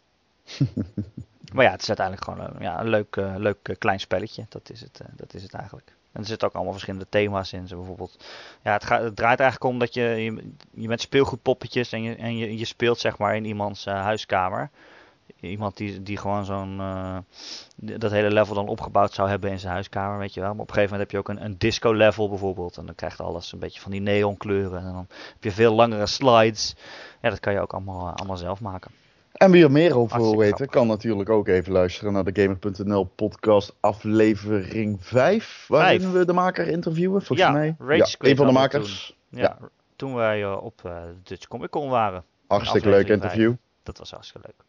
Speaker 1: Maar ja, het is uiteindelijk gewoon een leuk klein spelletje. Dat is het eigenlijk. En er zitten ook allemaal verschillende thema's in. Zo bijvoorbeeld, het draait eigenlijk om dat je met speelgoedpoppetjes en je speelt zeg maar in iemands huiskamer. Iemand die gewoon dat hele level dan opgebouwd zou hebben in zijn huiskamer, weet je wel. Maar op een gegeven moment heb je ook een disco level bijvoorbeeld. En dan krijgt alles een beetje van die neonkleuren. En dan heb je veel langere slides. Ja, dat kan je ook allemaal zelf maken.
Speaker 2: En wie er meer over wil weten, kan natuurlijk ook even luisteren naar de Gamer.nl podcast aflevering 5. Waarin we de maker interviewen, volgens mij. Een van de makers.
Speaker 1: Toen wij op Dutch Comic Con waren.
Speaker 2: Hartstikke leuk interview.
Speaker 1: Dat was hartstikke leuk.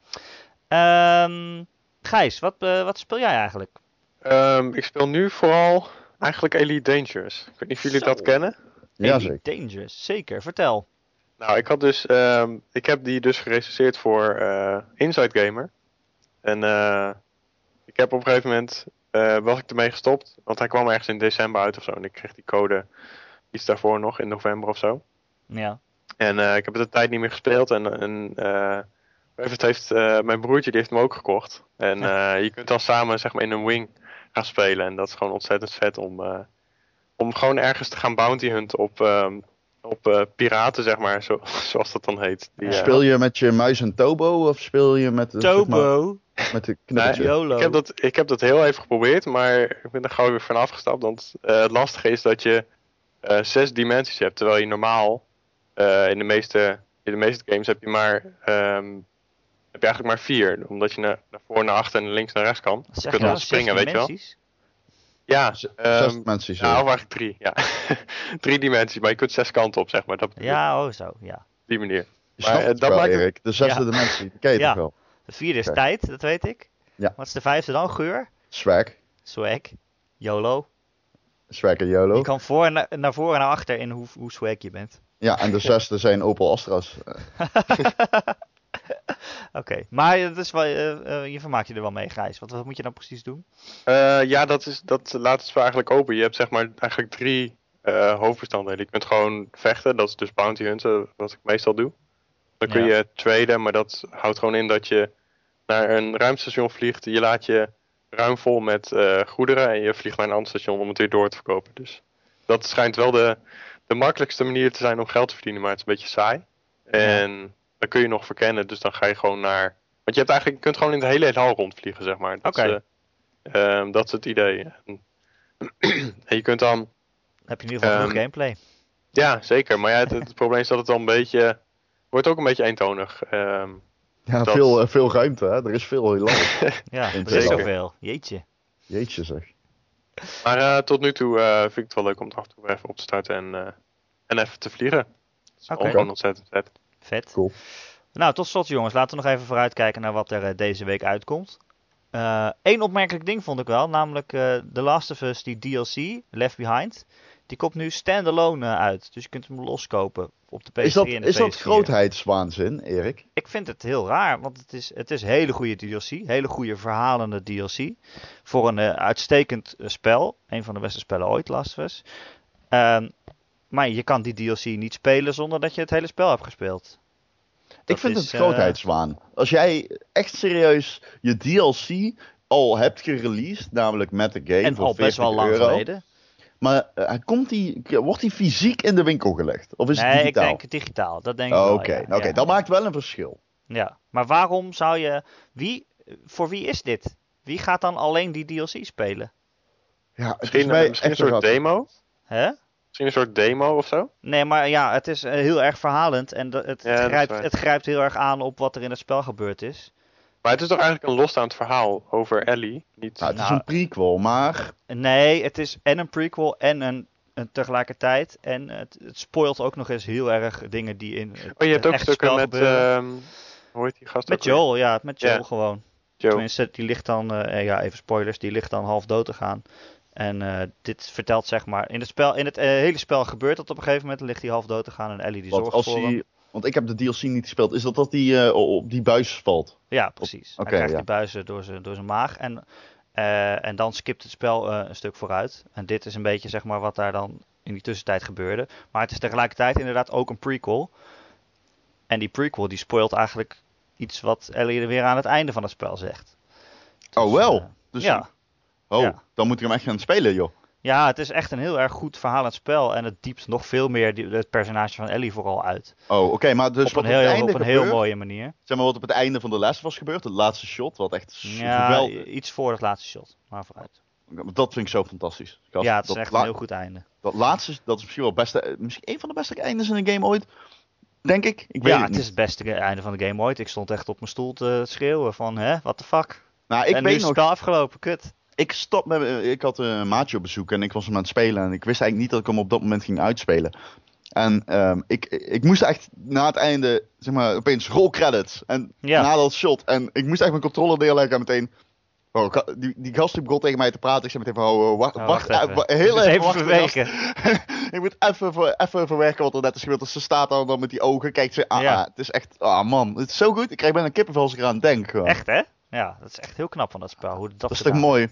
Speaker 1: Gijs, wat speel jij eigenlijk?
Speaker 3: Ik speel nu vooral eigenlijk Elite Dangerous. Ik weet niet of jullie dat kennen.
Speaker 2: Ja,
Speaker 1: Elite Dangerous, zeker. Vertel.
Speaker 3: Nou, ik heb die dus gerecenseerd voor Inside Gamer. En ik heb op een gegeven moment, was ik ermee gestopt. Want hij kwam ergens in december uit of zo. En ik kreeg die code iets daarvoor nog, in november of zo.
Speaker 1: Ja.
Speaker 3: En ik heb het een tijd niet meer gespeeld. En heeft mijn broertje, die heeft hem ook gekocht. En je kunt dan samen zeg maar in een wing gaan spelen. En dat is gewoon ontzettend vet om gewoon ergens te gaan bounty hunten op piraten, zeg maar, zoals dat dan heet.
Speaker 2: Speel je met je muis en Tobo of speel je met
Speaker 1: Tobo?
Speaker 2: Met de knippertje?
Speaker 3: Nee, ik heb dat heel even geprobeerd, maar ik ben er gauw weer van afgestapt. Want het lastige is dat je 6 dimensies hebt, terwijl je normaal in de meeste games heb je maar heb je eigenlijk maar 4, omdat je naar voor, naar achter en naar links naar rechts kan. Je kunt dan springen, weet je wel. Ja,
Speaker 2: 6 dimensies.
Speaker 3: Ja, of eigenlijk 3. Ja. 3 dimensies, maar je kunt 6 kanten op, zeg maar. Dat
Speaker 1: ja, zo, ja.
Speaker 3: Die manier.
Speaker 2: Maar dat maakt Erik, de 6e dimensie, ken je toch wel?
Speaker 1: De 4e is
Speaker 2: Oké.
Speaker 1: tijd, dat weet ik.
Speaker 2: Ja.
Speaker 1: Wat is de 5e dan? Geur?
Speaker 2: Swag.
Speaker 1: Swag. YOLO.
Speaker 2: Swag en YOLO.
Speaker 1: Je kan naar voren en naar achter in hoe swag je bent.
Speaker 2: Ja, en de 6e zijn Opel Astra's.
Speaker 1: Oké, maar dat is wel, je vermaakt je er wel mee, Gijs. Wat moet je dan precies doen?
Speaker 3: Ja, dat laat het spel eigenlijk open. Je hebt zeg maar eigenlijk 3 hoofdbestanddelen. Je kunt gewoon vechten, dat is dus bounty hunten, wat ik meestal doe. Dan kun je traden, maar dat houdt gewoon in dat je naar een ruimstation vliegt. Je laat je ruim vol met goederen en je vliegt naar een ander station om het weer door te verkopen. Dus dat schijnt wel de makkelijkste manier te zijn om geld te verdienen, maar het is een beetje saai. En dan kun je nog verkennen, dus dan ga je gewoon naar... Want je kunt gewoon in het hele heelal rondvliegen, zeg maar. Dat is het idee. En je kunt dan...
Speaker 1: Heb je in ieder geval genoeg gameplay.
Speaker 3: Ja, zeker. Maar ja, het probleem is dat het dan een beetje... Wordt ook een beetje eentonig.
Speaker 2: Ja, veel ruimte, hè. Er is veel heelal.
Speaker 1: Ja, er is
Speaker 3: Zeker.
Speaker 1: zoveel. Jeetje.
Speaker 2: Jeetje zeg.
Speaker 3: Maar tot nu toe vind ik het wel leuk om het af en toe even op te starten en even te vliegen. Dat is
Speaker 1: Oké.
Speaker 3: gewoon ontzettend vet.
Speaker 1: Vet.
Speaker 2: Cool.
Speaker 1: Nou, tot slot jongens. Laten we nog even vooruitkijken naar wat er deze week uitkomt. Eén opmerkelijk ding vond ik wel. Namelijk The Last of Us, die DLC, Left Behind. Die komt nu standalone uit. Dus je kunt hem loskopen op de PS3 en de PS4.
Speaker 2: Is dat grootheidswaanzin, Erik?
Speaker 1: Ik vind het heel raar, want het is hele goede DLC. Hele goede verhalende DLC. Voor een uitstekend spel. Een van de beste spellen ooit, Last of Us. Maar je kan die DLC niet spelen zonder dat je het hele spel hebt gespeeld.
Speaker 2: Ik vind het grootheidswaan. Als jij echt serieus je DLC al hebt gereleased, namelijk met de game
Speaker 1: En
Speaker 2: voor
Speaker 1: al best wel lang
Speaker 2: €40.
Speaker 1: geleden.
Speaker 2: Maar wordt die fysiek in de winkel gelegd? Of is het
Speaker 1: Nee,
Speaker 2: digitaal?
Speaker 1: ik denk digitaal. Dat denk ik wel,
Speaker 2: Oké,
Speaker 1: ja. Ja.
Speaker 2: dat maakt wel een verschil.
Speaker 1: Ja, maar waarom zou je... Voor wie is dit? Wie gaat dan alleen die DLC spelen?
Speaker 2: Ja, het is
Speaker 3: Misschien
Speaker 2: mij
Speaker 3: een
Speaker 2: echt
Speaker 3: soort
Speaker 2: raar.
Speaker 3: demo?
Speaker 1: Hè?
Speaker 3: Misschien een soort demo of zo?
Speaker 1: Nee, maar ja, het is heel erg verhalend. En het
Speaker 3: waar.
Speaker 1: grijpt heel erg aan op wat er in het spel gebeurd is.
Speaker 3: Maar het is toch eigenlijk een losstaand verhaal over Ellie? Niet...
Speaker 2: Nou, het is
Speaker 1: Nou,
Speaker 2: een prequel, maar...
Speaker 1: Nee, het is en een prequel en een tegelijkertijd. En het spoilt ook nog eens heel erg dingen die in het
Speaker 3: je hebt ook
Speaker 1: echte
Speaker 3: stukken
Speaker 1: spel
Speaker 3: met...
Speaker 1: gebeuren.
Speaker 3: hoe heet die gast
Speaker 1: Met
Speaker 3: ook weer?
Speaker 1: Joel, ja, met Joel
Speaker 3: Ja.
Speaker 1: gewoon.
Speaker 3: Joe.
Speaker 1: Tenminste, die ligt dan, even spoilers, die ligt dan half dood te gaan. En dit vertelt zeg maar, in het hele spel gebeurt dat op een gegeven moment, dan ligt hij half dood te gaan en Ellie die zorgt voor hem.
Speaker 2: Want ik heb de DLC niet gespeeld. Is dat die op die buis valt?
Speaker 1: Ja, precies.
Speaker 2: Oké,
Speaker 1: hij krijgt
Speaker 2: ja.
Speaker 1: die buizen door zijn maag en dan skipt het spel een stuk vooruit. En dit is een beetje zeg maar wat daar dan in die tussentijd gebeurde. Maar het is tegelijkertijd inderdaad ook een prequel. En die prequel die spoilt eigenlijk iets wat Ellie weer aan het einde van het spel zegt. Dus,
Speaker 2: Oh wel? Dus
Speaker 1: ja.
Speaker 2: Oh,
Speaker 1: Ja.
Speaker 2: dan moet ik hem echt gaan spelen, joh.
Speaker 1: Ja, het is echt een heel erg goed verhalend spel. En het diept nog veel meer het personage van Ellie vooral uit.
Speaker 2: Oh, oké, maar dus
Speaker 1: Op een heel
Speaker 2: gebeurt,
Speaker 1: mooie manier.
Speaker 2: zeg maar wat op het einde van de les was gebeurd, het laatste shot, wat echt
Speaker 1: Ja,
Speaker 2: geweldig.
Speaker 1: iets voor het laatste shot. Maar vooruit.
Speaker 2: Dat vind ik zo fantastisch. Gast,
Speaker 1: Ja, het is
Speaker 2: dat
Speaker 1: echt een heel goed einde.
Speaker 2: Dat laatste, dat is misschien wel het beste, misschien een van de beste eindes in een game ooit. Denk ik. Ik weet
Speaker 1: Ja,
Speaker 2: het
Speaker 1: het is
Speaker 2: niet.
Speaker 1: het beste einde van de game ooit. Ik stond echt op mijn stoel te schreeuwen van, what the fuck.
Speaker 2: Nou, ik
Speaker 1: En nu
Speaker 2: weet
Speaker 1: is het
Speaker 2: nog,
Speaker 1: spel afgelopen, kut.
Speaker 2: ik had een maatje op bezoek en ik was hem aan het spelen en ik wist eigenlijk niet dat ik hem op dat moment ging uitspelen. En ik moest echt na het einde, zeg maar, opeens roll credits. En
Speaker 1: Ja.
Speaker 2: na dat shot. En ik moest echt mijn controller neerleggen en meteen... Oh, die gast die begon tegen mij te praten. Ik zei meteen van, wacht
Speaker 1: even.
Speaker 2: heel
Speaker 1: Dus
Speaker 2: even wachten,
Speaker 1: verweken.
Speaker 2: gast. Ik moet even verwerken wat er net is gebeurd. Dus ze staat dan met die ogen, kijkt ze,
Speaker 1: Ja.
Speaker 2: het is echt, man, het is zo goed. Ik krijg bijna kippenvel als ik eraan denk. Gewoon.
Speaker 1: Echt, hè? Ja, dat is echt heel knap van dat spel. Hoe
Speaker 2: Dat is toch mooi.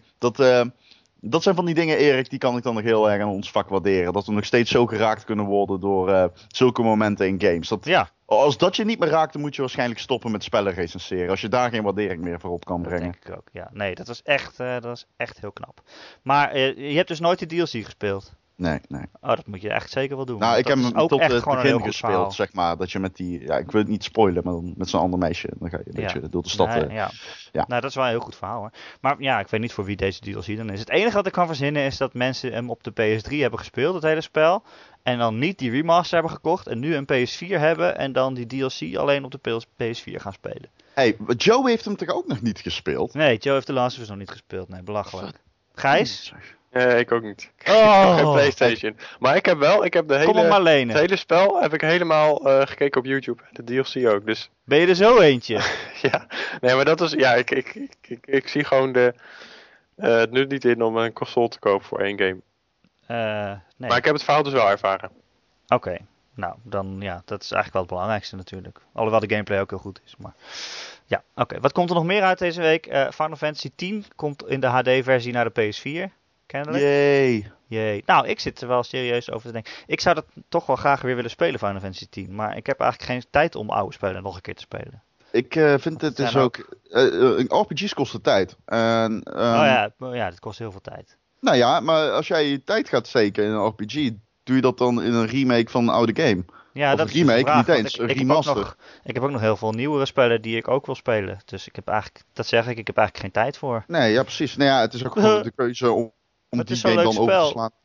Speaker 2: Dat zijn van die dingen, Erik, die kan ik dan nog heel erg aan ons vak waarderen. Dat we nog steeds zo geraakt kunnen worden door zulke momenten in games.
Speaker 1: Ja,
Speaker 2: Als dat je niet meer raakt, dan moet je waarschijnlijk stoppen met spellen recenseren. Als je daar geen waardering meer voor op kan
Speaker 1: dat
Speaker 2: brengen.
Speaker 1: denk ik ook. Ja, nee, dat is echt heel knap. Maar je hebt dus nooit de DLC gespeeld?
Speaker 2: Nee.
Speaker 1: Oh, dat moet je echt zeker wel doen.
Speaker 2: Nou,
Speaker 1: want
Speaker 2: ik heb
Speaker 1: dat
Speaker 2: hem
Speaker 1: is ook
Speaker 2: tot
Speaker 1: echt
Speaker 2: het
Speaker 1: gewoon een heel
Speaker 2: begin
Speaker 1: goed
Speaker 2: gespeeld,
Speaker 1: verhaal.
Speaker 2: zeg maar. Dat je met die, ja, ik wil het niet spoilen, maar dan met zo'n ander meisje. Dan ga je een beetje door de stad.
Speaker 1: Nee, ja.
Speaker 2: Ja.
Speaker 1: Nou, dat is wel een heel goed verhaal hoor. Maar ja, ik weet niet voor wie deze DLC dan is. Het enige wat ik kan verzinnen is dat mensen hem op de PS3 hebben gespeeld, het hele spel. En dan niet die remaster hebben gekocht en nu een PS4 hebben en dan die DLC alleen op de PS4 gaan spelen.
Speaker 2: Hey, Joe heeft hem toch ook nog niet gespeeld?
Speaker 1: Nee, Joe heeft de Last of Us nog niet gespeeld. Nee, belachelijk. Gijs?
Speaker 3: Ik ook niet. Ik heb geen PlayStation. Maar ik heb het hele spel heb ik helemaal gekeken op YouTube. De DLC ook. Dus.
Speaker 1: Ben je er zo eentje?
Speaker 3: Ja. Nee, maar dat is... Ja, ik zie gewoon het nut niet in om een console te kopen voor 1 game.
Speaker 1: Nee.
Speaker 3: Maar ik heb het verhaal dus wel ervaren.
Speaker 1: Oké. Nou, dan ja, dat is eigenlijk wel het belangrijkste natuurlijk. Alhoewel de gameplay ook heel goed is. Maar ja, oké. Wat komt er nog meer uit deze week? Final Fantasy X komt in de HD-versie naar de PS4. Kennelijk. Jee. Nou, ik zit er wel serieus over te denken. Ik zou dat toch wel graag weer willen spelen, Final Fantasy X. Maar ik heb eigenlijk geen tijd om oude spellen nog een keer te spelen.
Speaker 2: Ik vind het is ook... RPG's kosten tijd. En,
Speaker 1: dit kost heel veel tijd.
Speaker 2: Nou ja, maar als jij je tijd gaat steken in een RPG... Doe je dat dan in een remake van een oude game?
Speaker 1: Ja,
Speaker 2: of
Speaker 1: dat
Speaker 2: een remake,
Speaker 1: is vraag,
Speaker 2: niet eens, een remaster.
Speaker 1: Ik heb ook nog heel veel nieuwere spellen die ik ook wil spelen. Dus ik heb eigenlijk, ik heb eigenlijk geen tijd voor.
Speaker 2: Nee, ja precies. Nou ja, het is ook gewoon de keuze om die game dan over te slaan.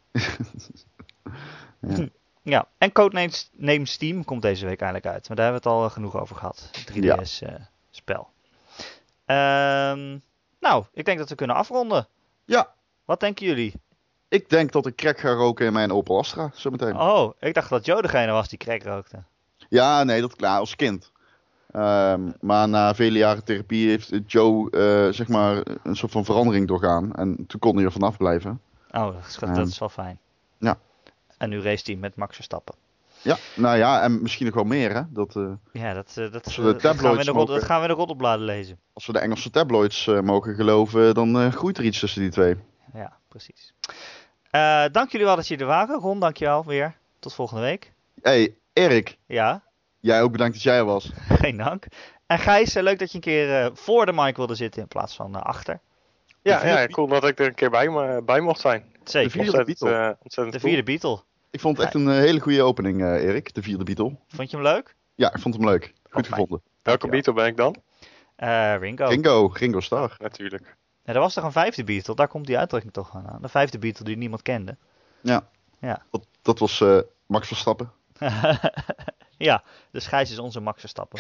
Speaker 1: Ja, en Codename Steam komt deze week eigenlijk uit. Maar daar hebben we het al genoeg over gehad. 3DS spel. Nou, ik denk dat we kunnen afronden.
Speaker 2: Ja.
Speaker 1: Wat denken jullie?
Speaker 2: Ik denk dat ik crack ga roken in mijn Opel Astra, zometeen.
Speaker 1: Oh, ik dacht dat Joe degene was die crack rookte.
Speaker 2: Ja, nee, dat klaar, als kind. Maar na vele jaren therapie heeft Joe, zeg maar, een soort van verandering doorgaan. En toen kon hij er vanaf blijven.
Speaker 1: Oh, dat is wel fijn.
Speaker 2: Ja.
Speaker 1: En nu race hij met Max Verstappen.
Speaker 2: Ja, nou ja, en misschien nog wel meer, hè. Dat
Speaker 1: gaan we in de roddelbladen lezen.
Speaker 2: Als we de Engelse tabloids mogen geloven, dan groeit er iets tussen die twee.
Speaker 1: Ja, precies. Dank jullie wel dat jullie er waren. Ron, dank je wel weer. Tot volgende week.
Speaker 2: Hey, Erik.
Speaker 1: Ja?
Speaker 2: Jij ook bedankt dat jij er was.
Speaker 1: Geen dank. En Gijs, leuk dat je een keer voor de mic wilde zitten in plaats van achter.
Speaker 3: Ja, cool dat ik er een keer bij mocht zijn.
Speaker 1: Zeker.
Speaker 3: De
Speaker 1: vierde Beatle.
Speaker 2: Ik vond het echt een hele goede opening, Erik. De vierde Beatle.
Speaker 1: Vond je hem leuk?
Speaker 2: Ja, ik vond hem leuk. Goed gevonden.
Speaker 3: Welke Beatle ben ik dan?
Speaker 1: Ringo
Speaker 3: Starr. Natuurlijk.
Speaker 1: Ja, er was toch een vijfde Beatle? Daar komt die uitdrukking toch aan. De vijfde Beatle die niemand kende.
Speaker 2: Ja. Dat was Max Verstappen.
Speaker 1: Ja, dus Gijs is onze Max Verstappen.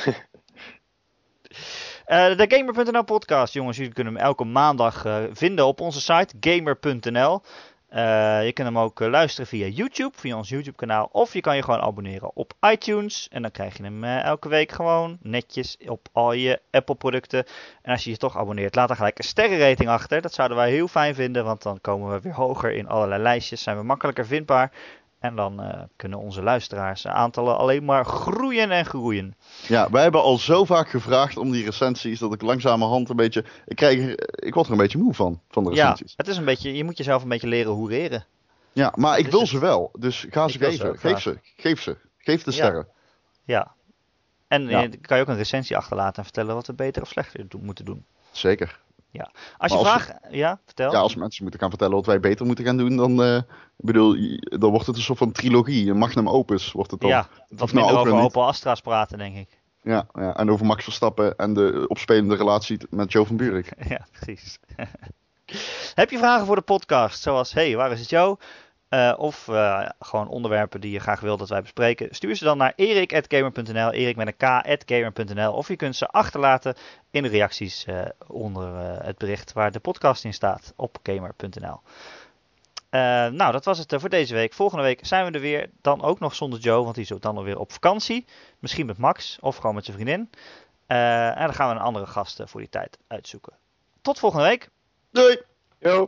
Speaker 1: De Gamer.nl podcast, jongens. Jullie kunnen hem elke maandag vinden op onze site, gamer.nl. Je kunt hem ook luisteren via YouTube, via ons YouTube kanaal. Of je kan je gewoon abonneren op iTunes. En dan krijg je hem elke week gewoon netjes op al je Apple producten. En als je je toch abonneert, laat dan gelijk een sterrenrating achter. Dat zouden wij heel fijn vinden, want dan komen we weer hoger in allerlei lijstjes. Zijn we makkelijker vindbaar. En dan kunnen onze luisteraars aantallen alleen maar groeien en groeien.
Speaker 2: Ja, wij hebben al zo vaak gevraagd om die recensies dat ik langzamerhand een beetje... Ik word er een beetje moe van de recensies.
Speaker 1: Ja, het is een beetje... Je moet jezelf een beetje leren hoereren.
Speaker 2: Ja, maar ik wil ze wel. Dus ga ze geven. Geef de sterren.
Speaker 1: Ja. En dan kan je ook een recensie achterlaten en vertellen wat we beter of slechter moeten doen.
Speaker 2: Zeker.
Speaker 1: Ja. Als je vraagt... Ja, vertel.
Speaker 2: Ja, als mensen moeten gaan vertellen wat wij beter moeten gaan doen, dan dan wordt het een soort van trilogie. Een magnum opus wordt het dan.
Speaker 1: Ja, wat minder over Opel Astra's praten, denk ik.
Speaker 2: Ja, en over Max Verstappen en de opspelende relatie met Joe van Buurik.
Speaker 1: Ja, precies. Heb je vragen voor de podcast? Zoals, hey, waar is het Joe? Of gewoon onderwerpen die je graag wil dat wij bespreken. Stuur ze dan naar erik@gamer.nl, Erik met een k@gamer.nl. Of je kunt ze achterlaten in de reacties onder het bericht waar de podcast in staat op gamer.nl. Nou, dat was het voor deze week. Volgende week zijn we er weer. Dan ook nog zonder Joe, want die is dan alweer op vakantie. Misschien met Max of gewoon met zijn vriendin. En dan gaan we een andere gast voor die tijd uitzoeken. Tot volgende week.
Speaker 2: Doei.
Speaker 3: Yo.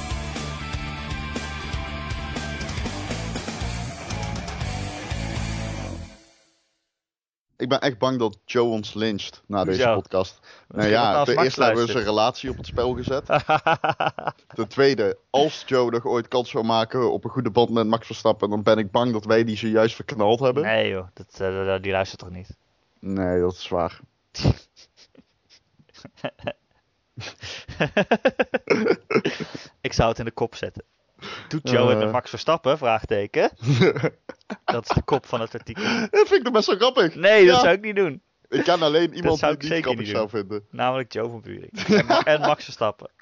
Speaker 2: Ik ben echt bang dat Joe ons lyncht na deze podcast. Nou ja, ten eerste hebben we zijn relatie op het spel gezet. Ten tweede, als Joe nog ooit kans zou maken op een goede band met Max Verstappen, dan ben ik bang dat wij die zojuist verknald hebben.
Speaker 1: Nee joh, die luistert toch niet?
Speaker 2: Nee, dat is waar.
Speaker 1: Ik zou het in de kop zetten. Doet Joe het met Max Verstappen? Vraagteken. Dat is de kop van het artikel.
Speaker 2: Dat vind ik toch best wel grappig.
Speaker 1: Nee, dat zou ik niet doen.
Speaker 2: Ik ken alleen iemand die het grappig zou vinden.
Speaker 1: Namelijk Joe van Buurik. En Max Verstappen.